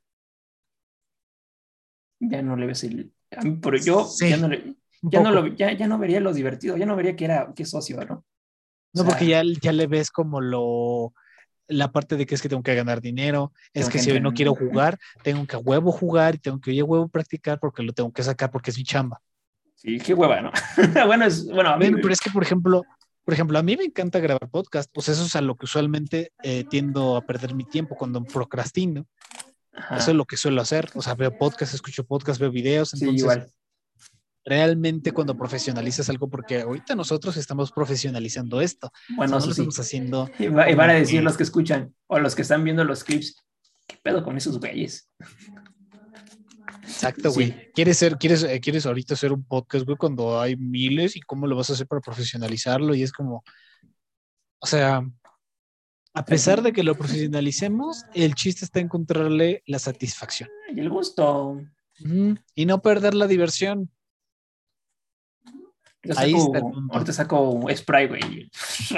Ya no le ves el. A mí, pero yo ya Sí, no le. un Ya no, lo, poco. ya, ya no vería lo divertido, ya no vería que era que es socio, ¿no? O No, porque sea, ya, ya le ves como lo, la parte de que es que tengo que ganar dinero, es Tengo que que si hoy no entrenar. quiero jugar, tengo que a huevo jugar y tengo que hoy a huevo practicar porque lo tengo que sacar porque es mi chamba. Sí, qué hueva, ¿no? Bueno, es, bueno, a mí, Bueno, pero es que, por ejemplo, por ejemplo, a mí me encanta grabar podcast, pues eso es a lo que usualmente eh, tiendo a perder mi tiempo cuando procrastino. Eso es ajá, lo que suelo hacer, o sea, veo podcast, escucho podcast, veo videos, sí, entonces igual. realmente cuando profesionalizas algo, porque ahorita nosotros estamos profesionalizando esto, o Bueno, sea, no eso lo estamos sí. haciendo Y, va- y van a como decir que, los que escuchan o los que están viendo los clips, ¿qué pedo con esos güeyes? exacto, güey, Sí, quieres ser, quieres, eh, quieres ahorita hacer un podcast, güey, cuando hay miles y cómo lo vas a hacer para profesionalizarlo y es como, o sea, a al pesar de fin. que lo profesionalicemos, el chiste está en encontrarle la satisfacción. Y el gusto. Ujú. Y no perder la diversión. Yo Ahí está el saco, punto. ahorita saco spray, güey.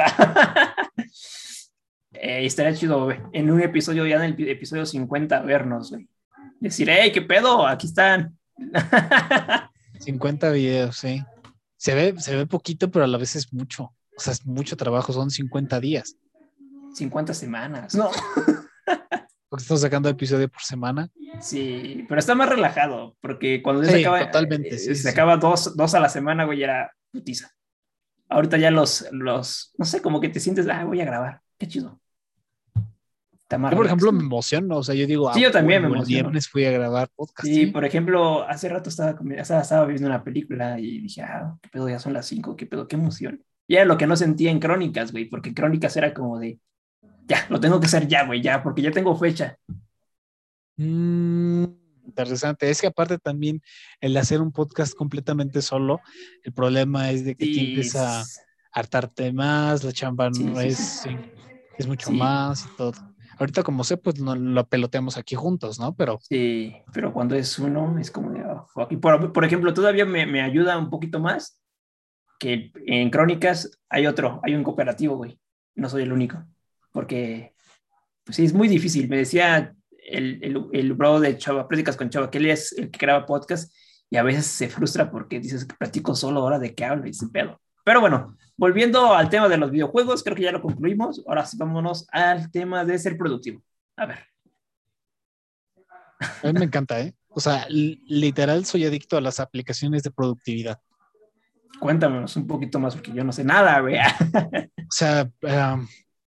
Eh, estaría chido, güey, en un episodio, ya en el episodio cincuenta vernos, güey. Decir, hey, ¿qué pedo? Aquí están. cincuenta videos, sí. Se ve, se ve poquito, pero a la vez es mucho. O sea, es mucho trabajo, son cincuenta días. cincuenta semanas. No. Porque estamos sacando episodio por semana. Sí, pero está más relajado, porque cuando ya se Sí, acaba, totalmente, eh, sí, sí, se sí. acaba dos, dos a la semana, güey, era putiza. Ahorita ya los, los, no sé, como que te sientes, ah, voy a grabar. Qué chido. Está más Yo, por relax. ejemplo, me emociono. O sea, yo digo, Sí, ah, yo también me huevo, el emociono. viernes fui a grabar podcast, Sí, sí. por ejemplo, hace rato estaba, comi- estaba, estaba viendo una película y dije, ah, qué pedo, ya son las cinco, qué pedo, qué emoción. Y era lo que no sentía en Crónicas, güey, porque Crónicas era como de, ya, lo tengo que hacer ya, güey, ya, porque ya tengo fecha. Mm, interesante. Es que aparte también el hacer un podcast completamente solo, el problema es de que Sí, tiendes a hartarte más, la chamba sí, no sí, es, sí. sí, es mucho Sí, más y todo. Ahorita, como sé, pues no lo peloteamos aquí juntos, ¿no? Pero sí, pero cuando es uno, es como de, oh, fuck. Y por, por ejemplo, todavía me, me ayuda un poquito más que en Crónicas hay otro, hay un cooperativo, güey. No soy el único, porque pues sí, es muy difícil. Me decía el, el, el bro de Chava, Pláticas con Chava, que él es el que graba podcast y a veces se frustra porque dices que platico solo ahora de qué hablo y ese pedo. Pero bueno, volviendo al tema de los videojuegos, creo que ya lo concluimos. Ahora sí, vámonos al tema de ser productivo. A ver, a mí me encanta, ¿eh? O sea, l- literal soy adicto a las aplicaciones de productividad. cuéntanos un poquito más porque yo no sé nada, güey. O sea, um,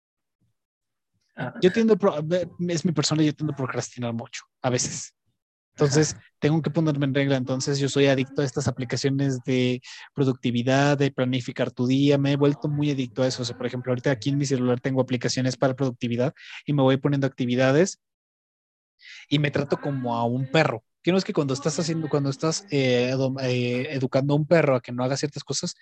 yo tiendo, a pro- es mi persona, yo tiendo a procrastinar mucho, a veces. Entonces, tengo que ponerme en regla. Entonces, yo soy adicto a estas aplicaciones de productividad, de planificar tu día. Me he vuelto muy adicto a eso. O sea, por ejemplo, ahorita aquí en mi celular tengo aplicaciones para productividad y me voy poniendo actividades y me trato como a un perro. Que no es que cuando estás haciendo, cuando estás eh, edu- eh, educando a un perro a que no haga ciertas cosas,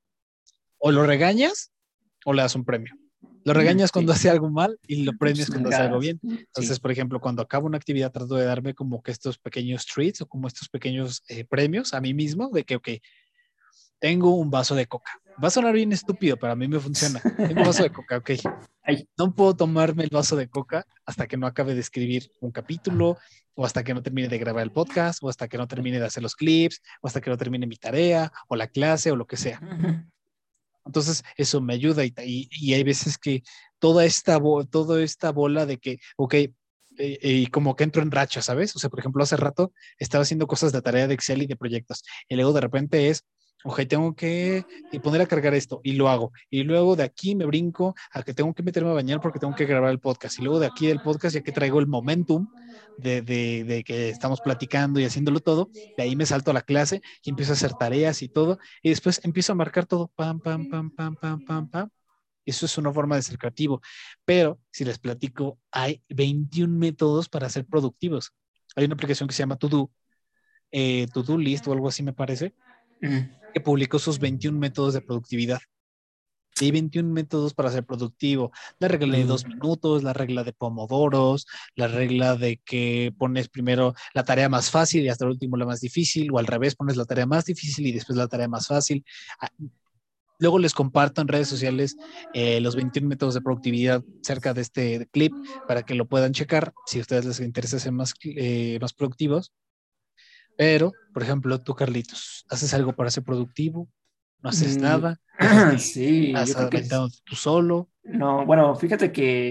o lo regañas o le das un premio. Lo regañas cuando Sí, hace algo mal y lo muchas premias cuando hace algo nalgadas. bien. Entonces, Sí. por ejemplo, cuando acabo una actividad, trato de darme como que estos pequeños treats o como estos pequeños eh, premios a mí mismo de que, ok, tengo un vaso de coca. Va a sonar bien estúpido, pero a mí me funciona. Tengo un vaso de coca, ok. Ay. No puedo tomarme el vaso de coca hasta que no acabe de escribir un capítulo, o hasta que no termine de grabar el podcast, o hasta que no termine de hacer los clips, o hasta que no termine mi tarea, o la clase, o lo que sea. Entonces, eso me ayuda y, y, y hay veces que toda esta, bo toda esta bola de que, ok, eh, eh, y como que entro en racha, ¿sabes? O sea, por ejemplo, hace rato estaba haciendo cosas de tarea de Excel y de proyectos, y luego de repente es, ok, tengo que poner a cargar esto, y lo hago, y luego de aquí me brinco a que tengo que meterme a bañar porque tengo que grabar el podcast, y luego de aquí del podcast, ya que traigo el momentum de, de, de que estamos platicando y haciéndolo todo, de ahí me salto a la clase y empiezo a hacer tareas y todo, y después empiezo a marcar todo, pam, pam, pam, pam, pam, pam, pam. Eso es una forma de ser creativo. Pero si les platico, hay veintiún métodos para ser productivos. Hay una aplicación que se llama To-Do, eh, To-Do List o algo así me parece, que publicó sus veintiún métodos de productividad. Y hay veintiún métodos para ser productivo. La regla de dos minutos, la regla de pomodoros, la regla de que pones primero la tarea más fácil y hasta el último la más difícil, o al revés, pones la tarea más difícil y después la tarea más fácil. Luego les comparto en redes sociales eh, los veintiún métodos de productividad cerca de este clip para que lo puedan checar si a ustedes les interesa ser más, eh, más productivos. Pero, por ejemplo, tú, Carlitos, ¿haces algo para ser productivo? ¿No haces Mm, nada? ¿Estás, sí, has yo creo que es, aventado tú solo? no, bueno, fíjate que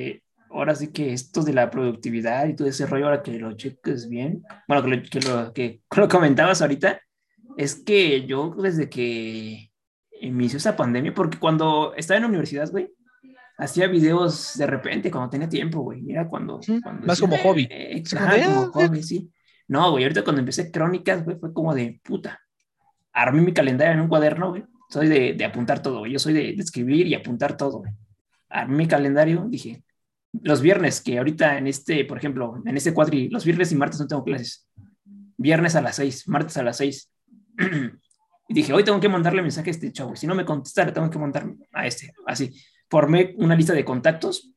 ahora sí que esto de la productividad y todo ese rollo, ahora que lo cheques bien, bueno, que lo que, lo, que lo comentabas ahorita, es que yo desde que inició esa pandemia, porque cuando estaba en la universidad, güey, hacía videos de repente cuando tenía tiempo, güey, y era cuando, Ujú. cuando Más decía, como hobby. eh, eh, Es como de, ajá, como ah, sí. hobby, sí. No, güey, ahorita cuando empecé crónicas, güey, fue como de puta. Armé mi calendario en un cuaderno, güey. Soy de, de apuntar todo, güey. Yo soy de, de escribir y apuntar todo, güey. Armé mi calendario, dije, los viernes, que ahorita en este, por ejemplo, en este cuadri, los viernes y martes no tengo clases. Viernes a las seis, martes a las seis. Y dije, hoy tengo que mandarle mensaje a este chavo. Si no me contesta, le tengo que mandar a este. Así. Formé una lista de contactos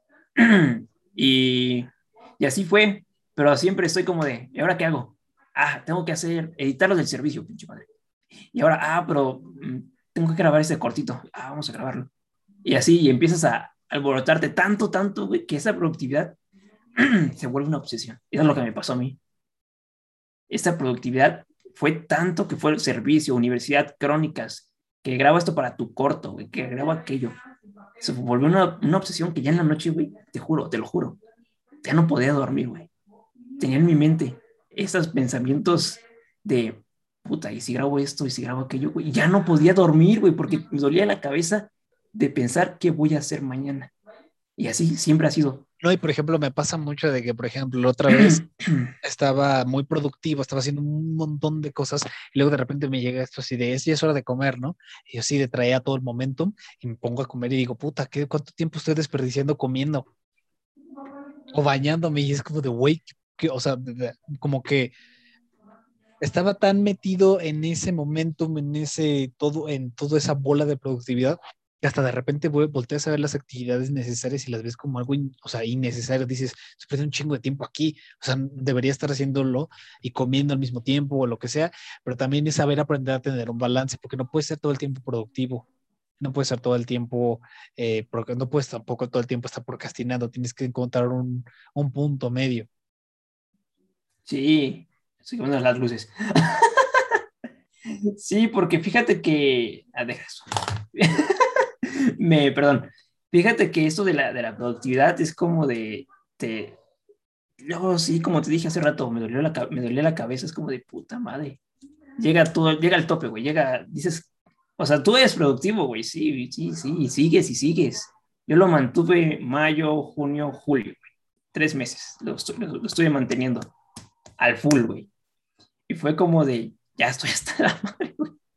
y, y así fue. Pero siempre estoy como de, ¿y ahora qué hago? Ah, tengo que hacer, editarlos del servicio, pinche madre. Y ahora, ah, pero mm, tengo que grabar este cortito. Ah, vamos a grabarlo. Y así, y empiezas a alborotarte tanto, tanto, güey, que esa productividad se vuelve una obsesión. Eso es lo que me pasó a mí. Esta productividad fue tanto que fue el servicio, universidad, crónicas, que grabo esto para tu corto, güey, que grabo aquello. Se volvió una, una obsesión que ya en la noche, güey, te juro, te lo juro, ya no podía dormir, güey. Tenía en mi mente esos pensamientos de, puta, y si grabo esto, y si grabo aquello, güey, y ya no podía dormir, güey, porque me dolía la cabeza de pensar qué voy a hacer mañana. Y así siempre ha sido. No, y por ejemplo, me pasa mucho de que, por ejemplo, la otra vez estaba muy productivo, estaba haciendo un montón de cosas y luego de repente me llega esto así de, es, ya es hora de comer, ¿no? Y yo sí, de traía todo el momentum y me pongo a comer y digo, puta, ¿qué, cuánto tiempo estoy desperdiciando comiendo o bañándome? Y es como de, güey, que, o sea, de, de, como que estaba tan metido en ese momentum, en ese todo, en toda esa bola de productividad, que hasta de repente voy, volteas a ver las actividades necesarias y las ves como algo, in, o sea, innecesario. Dices, se pierde un chingo de tiempo aquí, o sea, debería estar haciéndolo y comiendo al mismo tiempo o lo que sea, pero también es saber aprender a tener un balance, porque no puedes ser todo el tiempo productivo. No puedes estar todo el tiempo, eh, porque no puedes tampoco todo el tiempo estar procrastinando, tienes que encontrar un, un punto medio. Sí, estoy cambiando las luces. Sí, porque fíjate que. Ah, deja eso. Me, perdón. Fíjate que esto de la, de la productividad es como de. Te, luego, sí, como te dije hace rato, me dolió la, me dolió la cabeza, es como de puta madre. Llega todo, llega al tope, güey. Llega, dices. O sea, tú eres productivo, güey. Sí, sí, sí, y sigues y sigues. Yo lo mantuve mayo, junio, julio, güey. Tres meses. Lo, estoy, lo, lo estuve manteniendo al full, güey. Y fue como de. Ya estoy hasta la madre.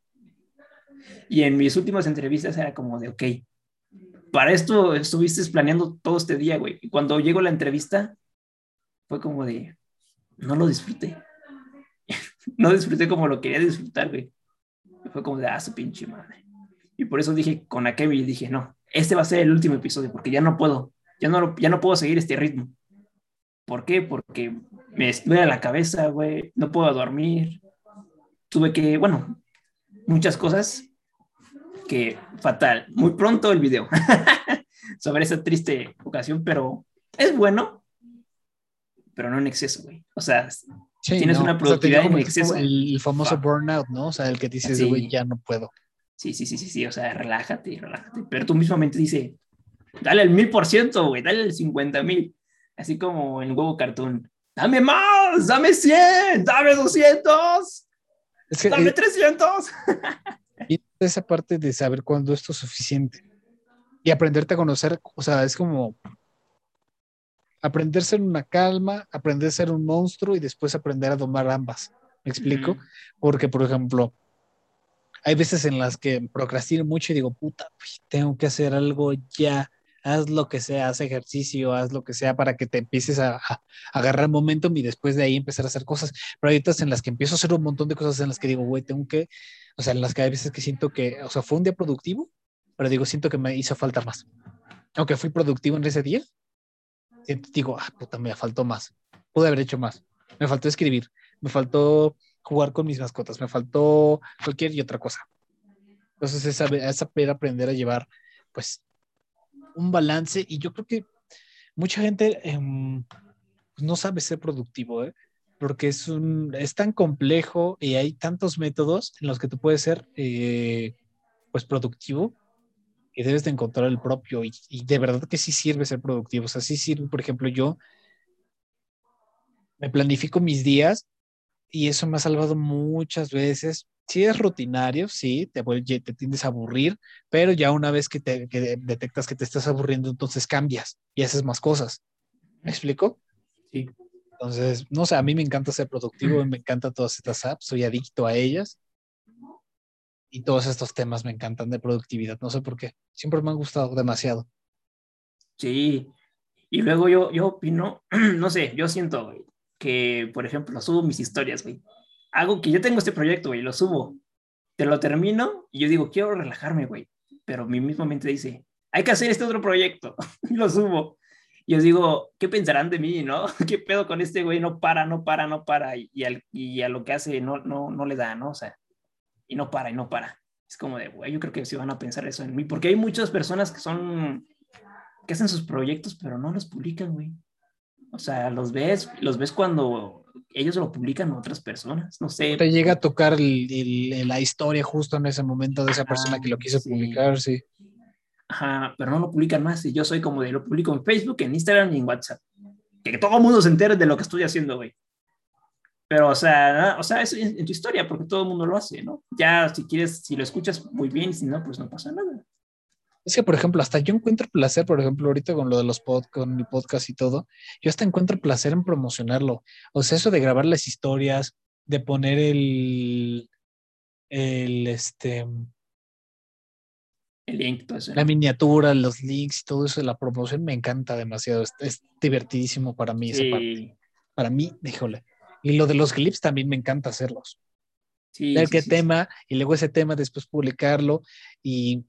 Y en mis últimas entrevistas era como de, ok, para esto estuviste planeando todo este día, güey. Y cuando llegó la entrevista, fue como de, no lo disfruté. No disfruté como lo quería disfrutar, güey. Fue como de, ah, su pinche madre. Y por eso dije con Akebi, dije, no, este va a ser el último episodio, porque ya no puedo, ya no, ya no puedo seguir este ritmo. ¿Por qué? Porque me duele la cabeza, güey, no puedo dormir. Tuve que, bueno, muchas cosas que fatal. Muy pronto el video sobre esa triste ocasión, pero es bueno, pero no en exceso, güey. O sea, si Sí, tienes no. una O sea, te dio productividad en como el tipo, exceso, el, el famoso fuck. burnout, ¿no? O sea, el que dices, güey, Sí, ya no puedo. sí, sí, sí, sí, sí, o sea, relájate, relájate. Pero tú mismamente dice, dale el mil por ciento, güey, dale el cincuenta mil. Así como en huevo cartoon. Dame más, dame cien, dame doscientos, Es que dame eh, trescientos. y esa parte de saber cuándo esto es suficiente y aprenderte a conocer, o sea, es como aprender a ser una calma, aprender a ser un monstruo y después aprender a domar ambas. ¿Me explico? Uh-huh. Porque, por ejemplo, hay veces en las que procrastino mucho y digo, puta, pues, tengo que hacer algo ya. Haz lo que sea, haz ejercicio, haz lo que sea para que te empieces a, a, a agarrar momentum y después de ahí empezar a hacer cosas. Pero hay otras en las que empiezo a hacer un montón de cosas en las que digo, güey, tengo que, o sea, en las que hay veces que siento que, o sea, fue un día productivo, pero digo, siento que me hizo falta más. Aunque fui productivo en ese día, siento, digo, ah, puta, me faltó más. Pude haber hecho más. Me faltó escribir, me faltó jugar con mis mascotas, me faltó cualquier y otra cosa. Entonces es saber, es saber aprender a llevar, pues, un balance y yo creo que mucha gente eh, no sabe ser productivo, ¿eh? Porque es, un, es tan complejo y hay tantos métodos en los que tú puedes ser, eh, pues, productivo, y debes de encontrar el propio, y, y de verdad que sí sirve ser productivo, o sea, sí sirve, por ejemplo, yo me planifico mis días y eso me ha salvado muchas veces. Sí es rutinario, sí, te, vuelve, te tiendes a aburrir, pero ya una vez que, te, que detectas que te estás aburriendo, entonces cambias y haces más cosas. ¿Me explico? Sí. Entonces, no sé, a mí me encanta ser productivo, me encantan todas estas apps, soy adicto a ellas y todos estos temas me encantan de productividad, no sé por qué, siempre me han gustado demasiado. Sí, y luego yo, yo opino, no sé, yo siento, güey, que, por ejemplo, subo mis historias, güey. Hago que yo tengo este proyecto, güey, lo subo, te lo termino y yo digo, quiero relajarme, güey. Pero mi misma mente dice, hay que hacer este otro proyecto y lo subo. Y yo digo, ¿qué pensarán de mí, no? ¿Qué pedo con este güey? No para, no para, no para. Y, y, al, y a lo que hace no, no, no le da, ¿no? O sea, y no para, y no para. Es como de, güey, yo creo que sí van a pensar eso en mí, porque hay muchas personas que son, que hacen sus proyectos, pero no los publican, güey. O sea, los ves, los ves cuando ellos lo publican a otras personas, no O sé. te llega a tocar el, el, la historia justo en ese momento de esa persona Ah, que lo quiso sí. publicar, sí. Ajá, pero no lo publican más. Y yo soy como de lo publico en Facebook, en Instagram y en WhatsApp. Que todo el mundo se entere de lo que estoy haciendo, güey. Pero, o sea, o sea, es en, en tu historia, porque todo el mundo lo hace, ¿no? Ya, si quieres, si lo escuchas muy bien, y si no, pues no pasa nada. Es que, por ejemplo, hasta yo encuentro placer, por ejemplo, ahorita con lo de los pod, con mi podcast y todo, yo hasta encuentro placer en promocionarlo. O sea, eso de grabar las historias, de poner el, el, este, El link, todo eso, la ¿no? miniatura, los links y todo eso de la promoción me encanta demasiado. Es, es divertidísimo para mí esa parte. Sí, Para mí, déjole. Y lo de los clips también me encanta hacerlos. sí, Ver sí, qué sí, sí. tema y luego ese tema después publicarlo. Y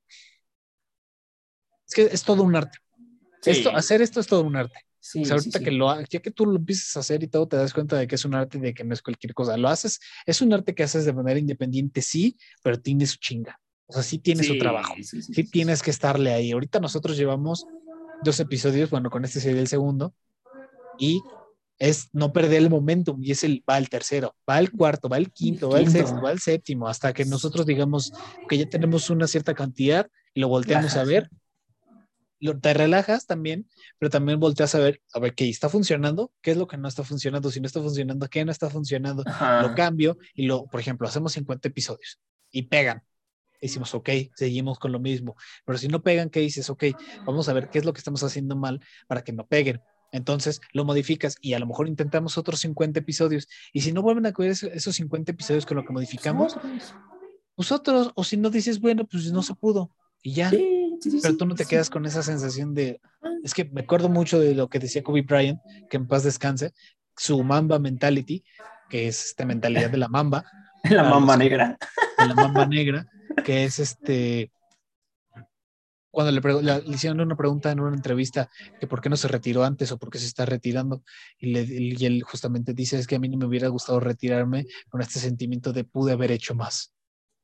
es que es todo un arte. Esto, Sí, hacer esto es todo un arte. O sea, sí, sí, ahorita que sí. lo, ha- ya que tú lo empiezas a hacer y todo, te das cuenta de que es un arte y de que no es cualquier cosa. Lo haces, es un arte que haces de manera independiente, sí, pero tiene su chinga. O sea, sí tiene su trabajo. Sí, sí, sí, Sí sí, sí. tienes que estarle ahí. Ahorita nosotros llevamos dos episodios, bueno, con este sería el segundo, y es no perder el momentum, y es el, va el tercero, va el cuarto, va el El quinto, va el quinto. sexto, va el séptimo, hasta que nosotros digamos que ya tenemos una cierta cantidad y lo volteamos a Relajas. ver, lo, te relajas también, pero también volteas a ver, a ver qué está funcionando, qué es lo que no está funcionando, si no está funcionando, qué no está funcionando, lo Ajá. cambio y lo, por ejemplo, hacemos cincuenta episodios y pegan. Decimos, ok, seguimos con lo mismo. Pero si no pegan, ¿qué dices? Ok, vamos a ver qué es lo que estamos haciendo mal para que no peguen. Entonces lo modificas y a lo mejor intentamos otros cincuenta episodios. Y si no vuelven a coger esos cincuenta episodios con lo que Pues modificamos, otros. pues otros. O si no dices, bueno, pues no se pudo y ya. Sí, sí, sí, Pero tú sí, no te sí. quedas con esa sensación de. Es que me acuerdo mucho de lo que decía Kobe Bryant, que en paz descanse, su Mamba Mentality, que es esta mentalidad de la mamba, La para los mamba que, negra. de la mamba negra, que es este cuando le, pre- le- le hicieron una pregunta en una entrevista que por qué no se retiró antes o por qué se está retirando, y, le, y él justamente dice, es que a mí no me hubiera gustado retirarme con este sentimiento de pude haber hecho más.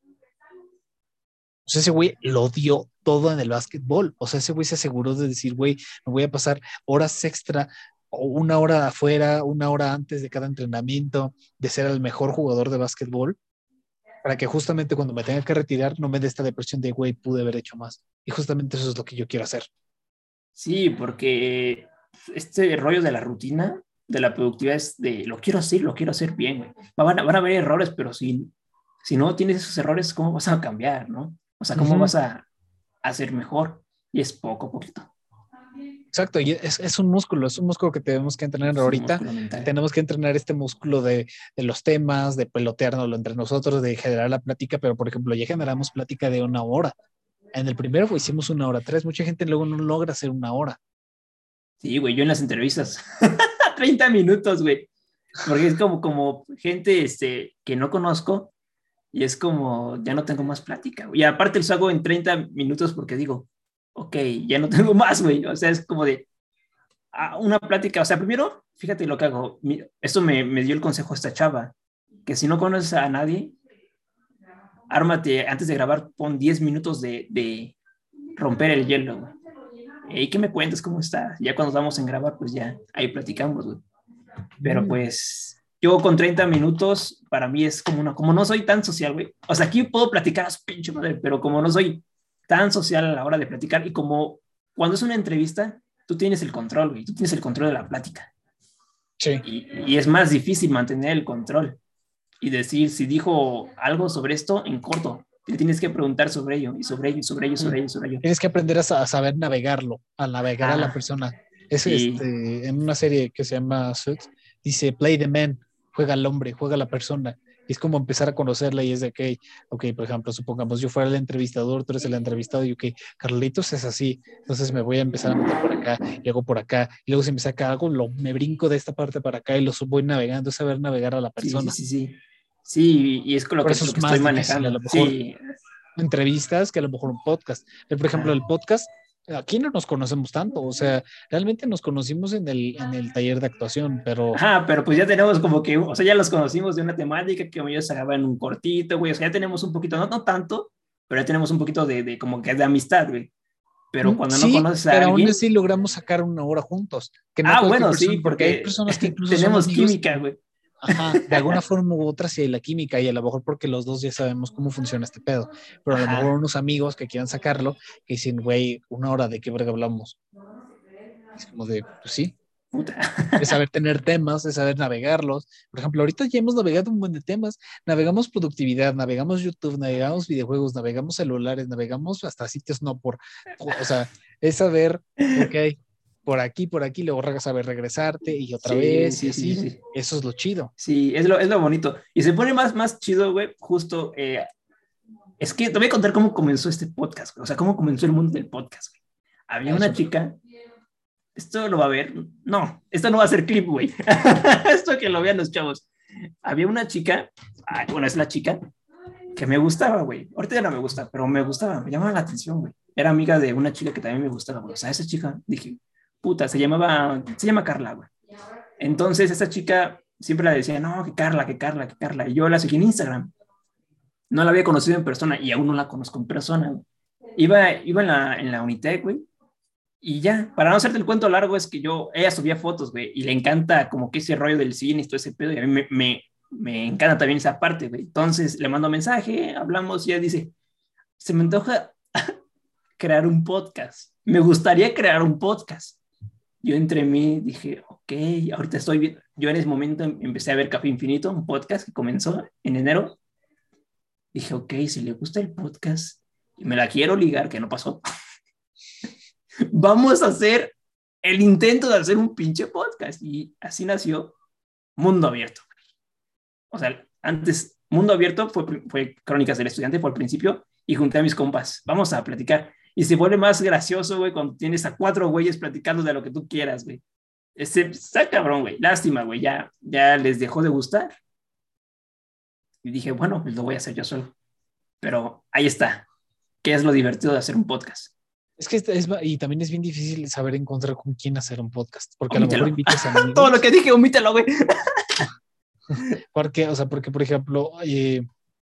O sea, ese güey lo dio todo en el básquetbol. O sea, ese güey se aseguró de decir, güey, me voy a pasar horas extra o una hora afuera, una hora antes de cada entrenamiento, de ser el mejor jugador de básquetbol, para que justamente cuando me tenga que retirar no me dé esta depresión de, güey, pude haber hecho más. Y justamente eso es lo que yo quiero hacer. Sí, porque este rollo de la rutina, de la productividad es de lo quiero hacer, lo quiero hacer bien, güey. Van a, van a haber errores, pero si, si no tienes esos errores, ¿cómo vas a cambiar, no? O sea, ¿cómo Ujú. vas a hacer mejor? Y es poco a poquito. Exacto, y es, es un músculo, es un músculo que tenemos que entrenar Es un ahorita. músculo mental. Tenemos que entrenar este músculo de, de los temas, de pelotearnos entre nosotros, de generar la plática, pero por ejemplo, ya generamos plática de una hora. En el primero pues, hicimos una hora tres, mucha gente luego no logra hacer una hora. Sí, güey, yo en las entrevistas, treinta minutos, güey. Porque es como, como gente este, que no conozco y es como, ya no tengo más plática, güey. Y aparte los hago en treinta minutos porque digo, ok, ya no tengo más, güey. O sea, es como de ah, una plática. O sea, primero, fíjate lo que hago. Esto me, me dio el consejo esta chava, que si no conoces a nadie, ármate, antes de grabar, pon diez minutos de, de romper el hielo, güey. ¿Y qué me cuentas? ¿Cómo está? Ya cuando vamos en grabar, pues ya ahí platicamos, güey. Pero Mm. pues yo con treinta minutos, para mí es como una, como no soy tan social, güey. O sea, aquí puedo platicar a su pinche madre, pero como no soy tan social a la hora de platicar y como cuando es una entrevista, tú tienes el control, güey, tú tienes el control de la plática. Sí. Y, y es más difícil mantener el control y decir si dijo algo sobre esto en corto. Le tienes que preguntar sobre ello y sobre ello y sobre ello y sobre ello y sobre ello. Tienes que aprender a, a saber navegarlo, a navegar ah, a la persona. Es sí. este, en una serie que se llama Suits, dice play the man, juega al hombre, juega a la persona. Y es como empezar a conocerla y es de que, ok, por ejemplo, supongamos yo fuera el entrevistador, tú eres el entrevistado y ok, Carlitos es así, entonces me voy a empezar a meter por acá y hago por acá y luego si me saca algo, lo, me brinco de esta parte para acá y lo voy navegando, es saber navegar a la persona. Sí, sí, sí, sí. Sí, y es con lo por que, eso lo es que más estoy difícil, manejando. a lo mejor Sí. entrevistas que a lo mejor un podcast. Por ejemplo, el podcast, aquí no nos conocemos tanto, o sea, realmente nos conocimos en el, en el taller de actuación, pero... Ajá, pero pues ya tenemos como que, o sea, ya los conocimos de una temática que ellos sacaban un cortito, güey, o sea, ya tenemos un poquito, no, no tanto, pero ya tenemos un poquito de, de como que de amistad, güey. Pero cuando sí, no conoces a pero alguien... aún así logramos sacar una hora juntos. Que no Ah, cualquier bueno, persona, sí, porque hay porque personas que incluso son tenemos amigos. química, güey. Ajá, de alguna forma u otra sí hay la química y a lo mejor porque los dos ya sabemos cómo funciona este pedo, pero a lo Ajá. mejor unos amigos que quieran sacarlo, que dicen, güey, una hora de qué verga hablamos. Es como de, pues sí. Puta. Es saber tener temas, es saber navegarlos. Por ejemplo, ahorita ya hemos navegado un buen de temas. Navegamos productividad, navegamos YouTube, navegamos videojuegos, navegamos celulares, navegamos hasta sitios no por... O sea, es saber, ok, por aquí, por aquí, luego saber regresarte y otra Sí, vez sí, y así. sí, sí, sí. Eso es lo chido. Sí, es lo, es lo bonito. Y se pone más, más chido, güey, justo... Eh, es que te voy a contar cómo comenzó este podcast, güey. O sea, cómo comenzó el mundo del podcast, güey. Había una chica... Esto lo va a ver. No, esto no va a ser clip, güey. Esto que lo vean los chavos. Había una chica, bueno, es la chica, que me gustaba, güey. Ahorita ya no me gusta, pero me gustaba, me llamaba la atención, güey. Era amiga de una chica que también me gustaba, güey. O sea, esa chica, dije, puta, se llamaba, se llama Carla, güey. Entonces, esa chica siempre la decía, no, que Carla, que Carla, que Carla. Y yo la seguí en Instagram. No la había conocido en persona y aún no la conozco en persona, güey. Iba, iba en la, en la Unitec, güey. Y ya, para no hacerte el cuento largo, es que yo, ella subía fotos, güey, y le encanta como que ese rollo del cine y todo ese pedo, y a mí me, me, me encanta también esa parte, güey. Entonces le mando mensaje, hablamos, y ella dice, se me antoja crear un podcast, me gustaría crear un podcast. Yo entre mí dije, ok, ahorita estoy bien. Yo en ese momento empecé a ver Café Infinito, un podcast que comenzó en enero. Dije, ok, si le gusta el podcast y me la quiero ligar, que no pasó. Vamos a hacer el intento de hacer un pinche podcast. Y así nació Mundo Abierto. O sea, antes Mundo Abierto fue, fue Crónicas del Estudiante por el principio y junté a mis compas. Vamos a platicar. Y se vuelve más gracioso, güey, cuando tienes a cuatro güeyes platicando de lo que tú quieras, güey. Este, está cabrón, güey. Lástima, güey. Ya, ya les dejó de gustar. Y dije, bueno, pues lo voy a hacer yo solo. Pero ahí está. ¿Qué es lo divertido de hacer un podcast? Es que es, es, y también es bien difícil saber encontrar con quién hacer un podcast, porque Omítelo. a lo mejor invitas a amigos. Todo lo que dije, omítelo, güey. Porque, o sea, porque, por ejemplo, eh,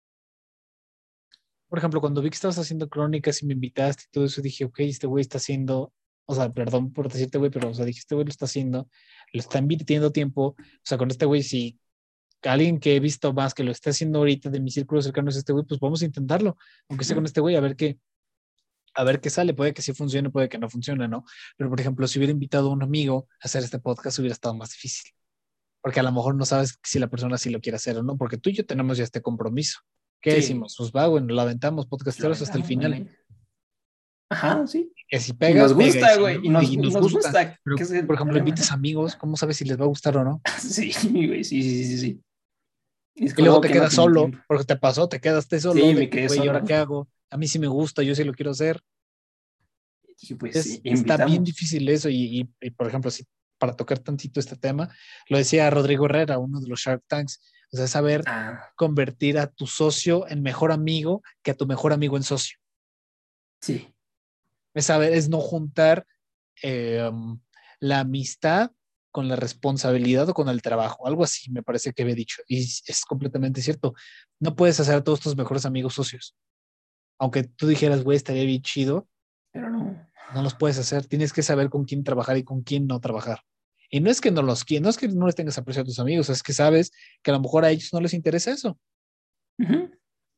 por ejemplo, cuando vi que estabas haciendo crónicas y me invitaste y todo eso, dije, ok, este güey está haciendo, o sea, perdón por decirte, güey, pero, o sea, dije, este güey lo está haciendo, lo está invirtiendo tiempo, o sea, con este güey, si alguien que he visto más que lo está haciendo ahorita de mi círculo cercano es este güey, pues vamos a intentarlo, aunque sea con este güey, a ver qué, a ver qué sale, puede que sí funcione, puede que no funcione, ¿no? Pero, por ejemplo, si hubiera invitado a un amigo a hacer este podcast, hubiera estado más difícil, porque a lo mejor no sabes si la persona sí lo quiere hacer o no, porque tú y yo tenemos ya este compromiso. ¿Qué sí. decimos? Pues va, bueno, lo aventamos podcasteros hasta el final. Güey. Ajá, sí. Que si pega, y nos pega, gusta, y güey. si Y, nos, y nos, nos gusta. gusta. Pero, es por ejemplo, invitas amigos, ¿cómo sabes si les va a gustar o no? Sí, güey, sí, sí, sí, sí. Y, y luego te quedas no solo, tiempo. Porque te pasó, te quedaste solo. Sí, de, me quedé güey, solo. ¿y ahora qué hago? A mí sí me gusta, yo sí lo quiero hacer. Y pues, es, sí, está bien difícil eso. Y, y, y, por ejemplo, si para tocar tantito este tema, lo decía Rodrigo Herrera, uno de los Shark Tanks. O sea, saber ah. convertir a tu socio en mejor amigo que a tu mejor amigo en socio. Sí. Es saber, es no juntar eh, la amistad con la responsabilidad o con el trabajo. Algo así me parece que había dicho. Y es completamente cierto. No puedes hacer a todos tus mejores amigos socios. Aunque tú dijeras, güey, estaría bien chido. Pero no. No los puedes hacer. Tienes que saber con quién trabajar y con quién no trabajar. Y no es que no los no es que no les tengas aprecio a tus amigos, es que sabes que a lo mejor a ellos no les interesa eso. Uh-huh.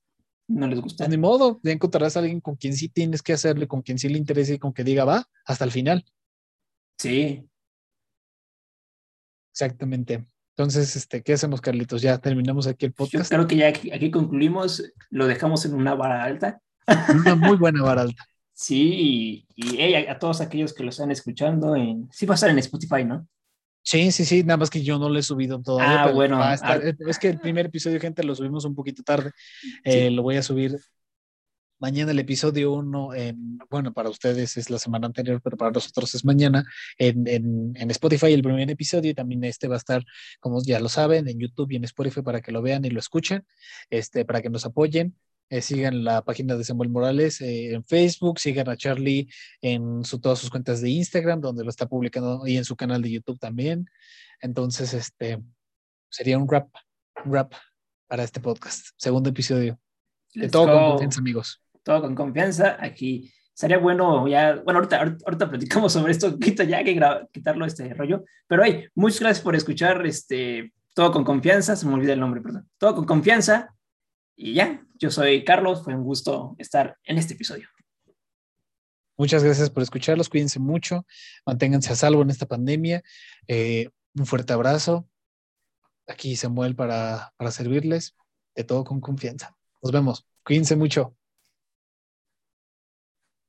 no les Pues ni gusta. modo, ya encontrarás a alguien con quien sí tienes que hacerle, con quien sí le interese y con que diga va hasta el final. Sí, Exactamente. Entonces, este, ¿qué hacemos, Carlitos? Ya terminamos aquí el yo podcast. creo que ya aquí, aquí concluimos, lo dejamos en una vara alta. En una muy buena vara alta. Sí, y, y hey, a, a todos aquellos que lo están escuchando, en, sí va a estar en Spotify, ¿no? Sí, sí, sí, nada más que yo no lo he subido todavía, Ah, pero va a bueno, estar. ar- Es que el primer episodio, gente, lo subimos un poquito tarde. Eh, sí, lo voy a subir mañana el episodio uno, en, bueno, para ustedes es la semana anterior, pero para nosotros es mañana en, en, en Spotify el primer episodio y también este va a estar, como ya lo saben, en YouTube y en Spotify para que lo vean y lo escuchen, este, para que nos apoyen. Eh, sigan la página de Samuel Morales eh, en Facebook, sigan a Charlie en su, todas sus cuentas de Instagram, donde lo está publicando, y en su canal de YouTube también. Entonces, este sería un rap, un rap para este podcast. Segundo episodio. De let's todo con confianza, go. amigos. Todo con confianza. Aquí sería bueno ya, bueno, ahorita, ahorita, ahorita platicamos sobre esto, quita ya que gra- quitarlo este rollo. Pero hey, muchas gracias por escuchar este, todo con confianza. Se me olvida el nombre, perdón. Todo con confianza. Y ya, yo soy Carlos. Fue un gusto estar en este episodio. Muchas gracias por escucharlos, cuídense mucho, manténganse a salvo en esta pandemia. Eh, un fuerte abrazo. Aquí Samuel para, para servirles de todo con confianza. Nos vemos. Cuídense mucho.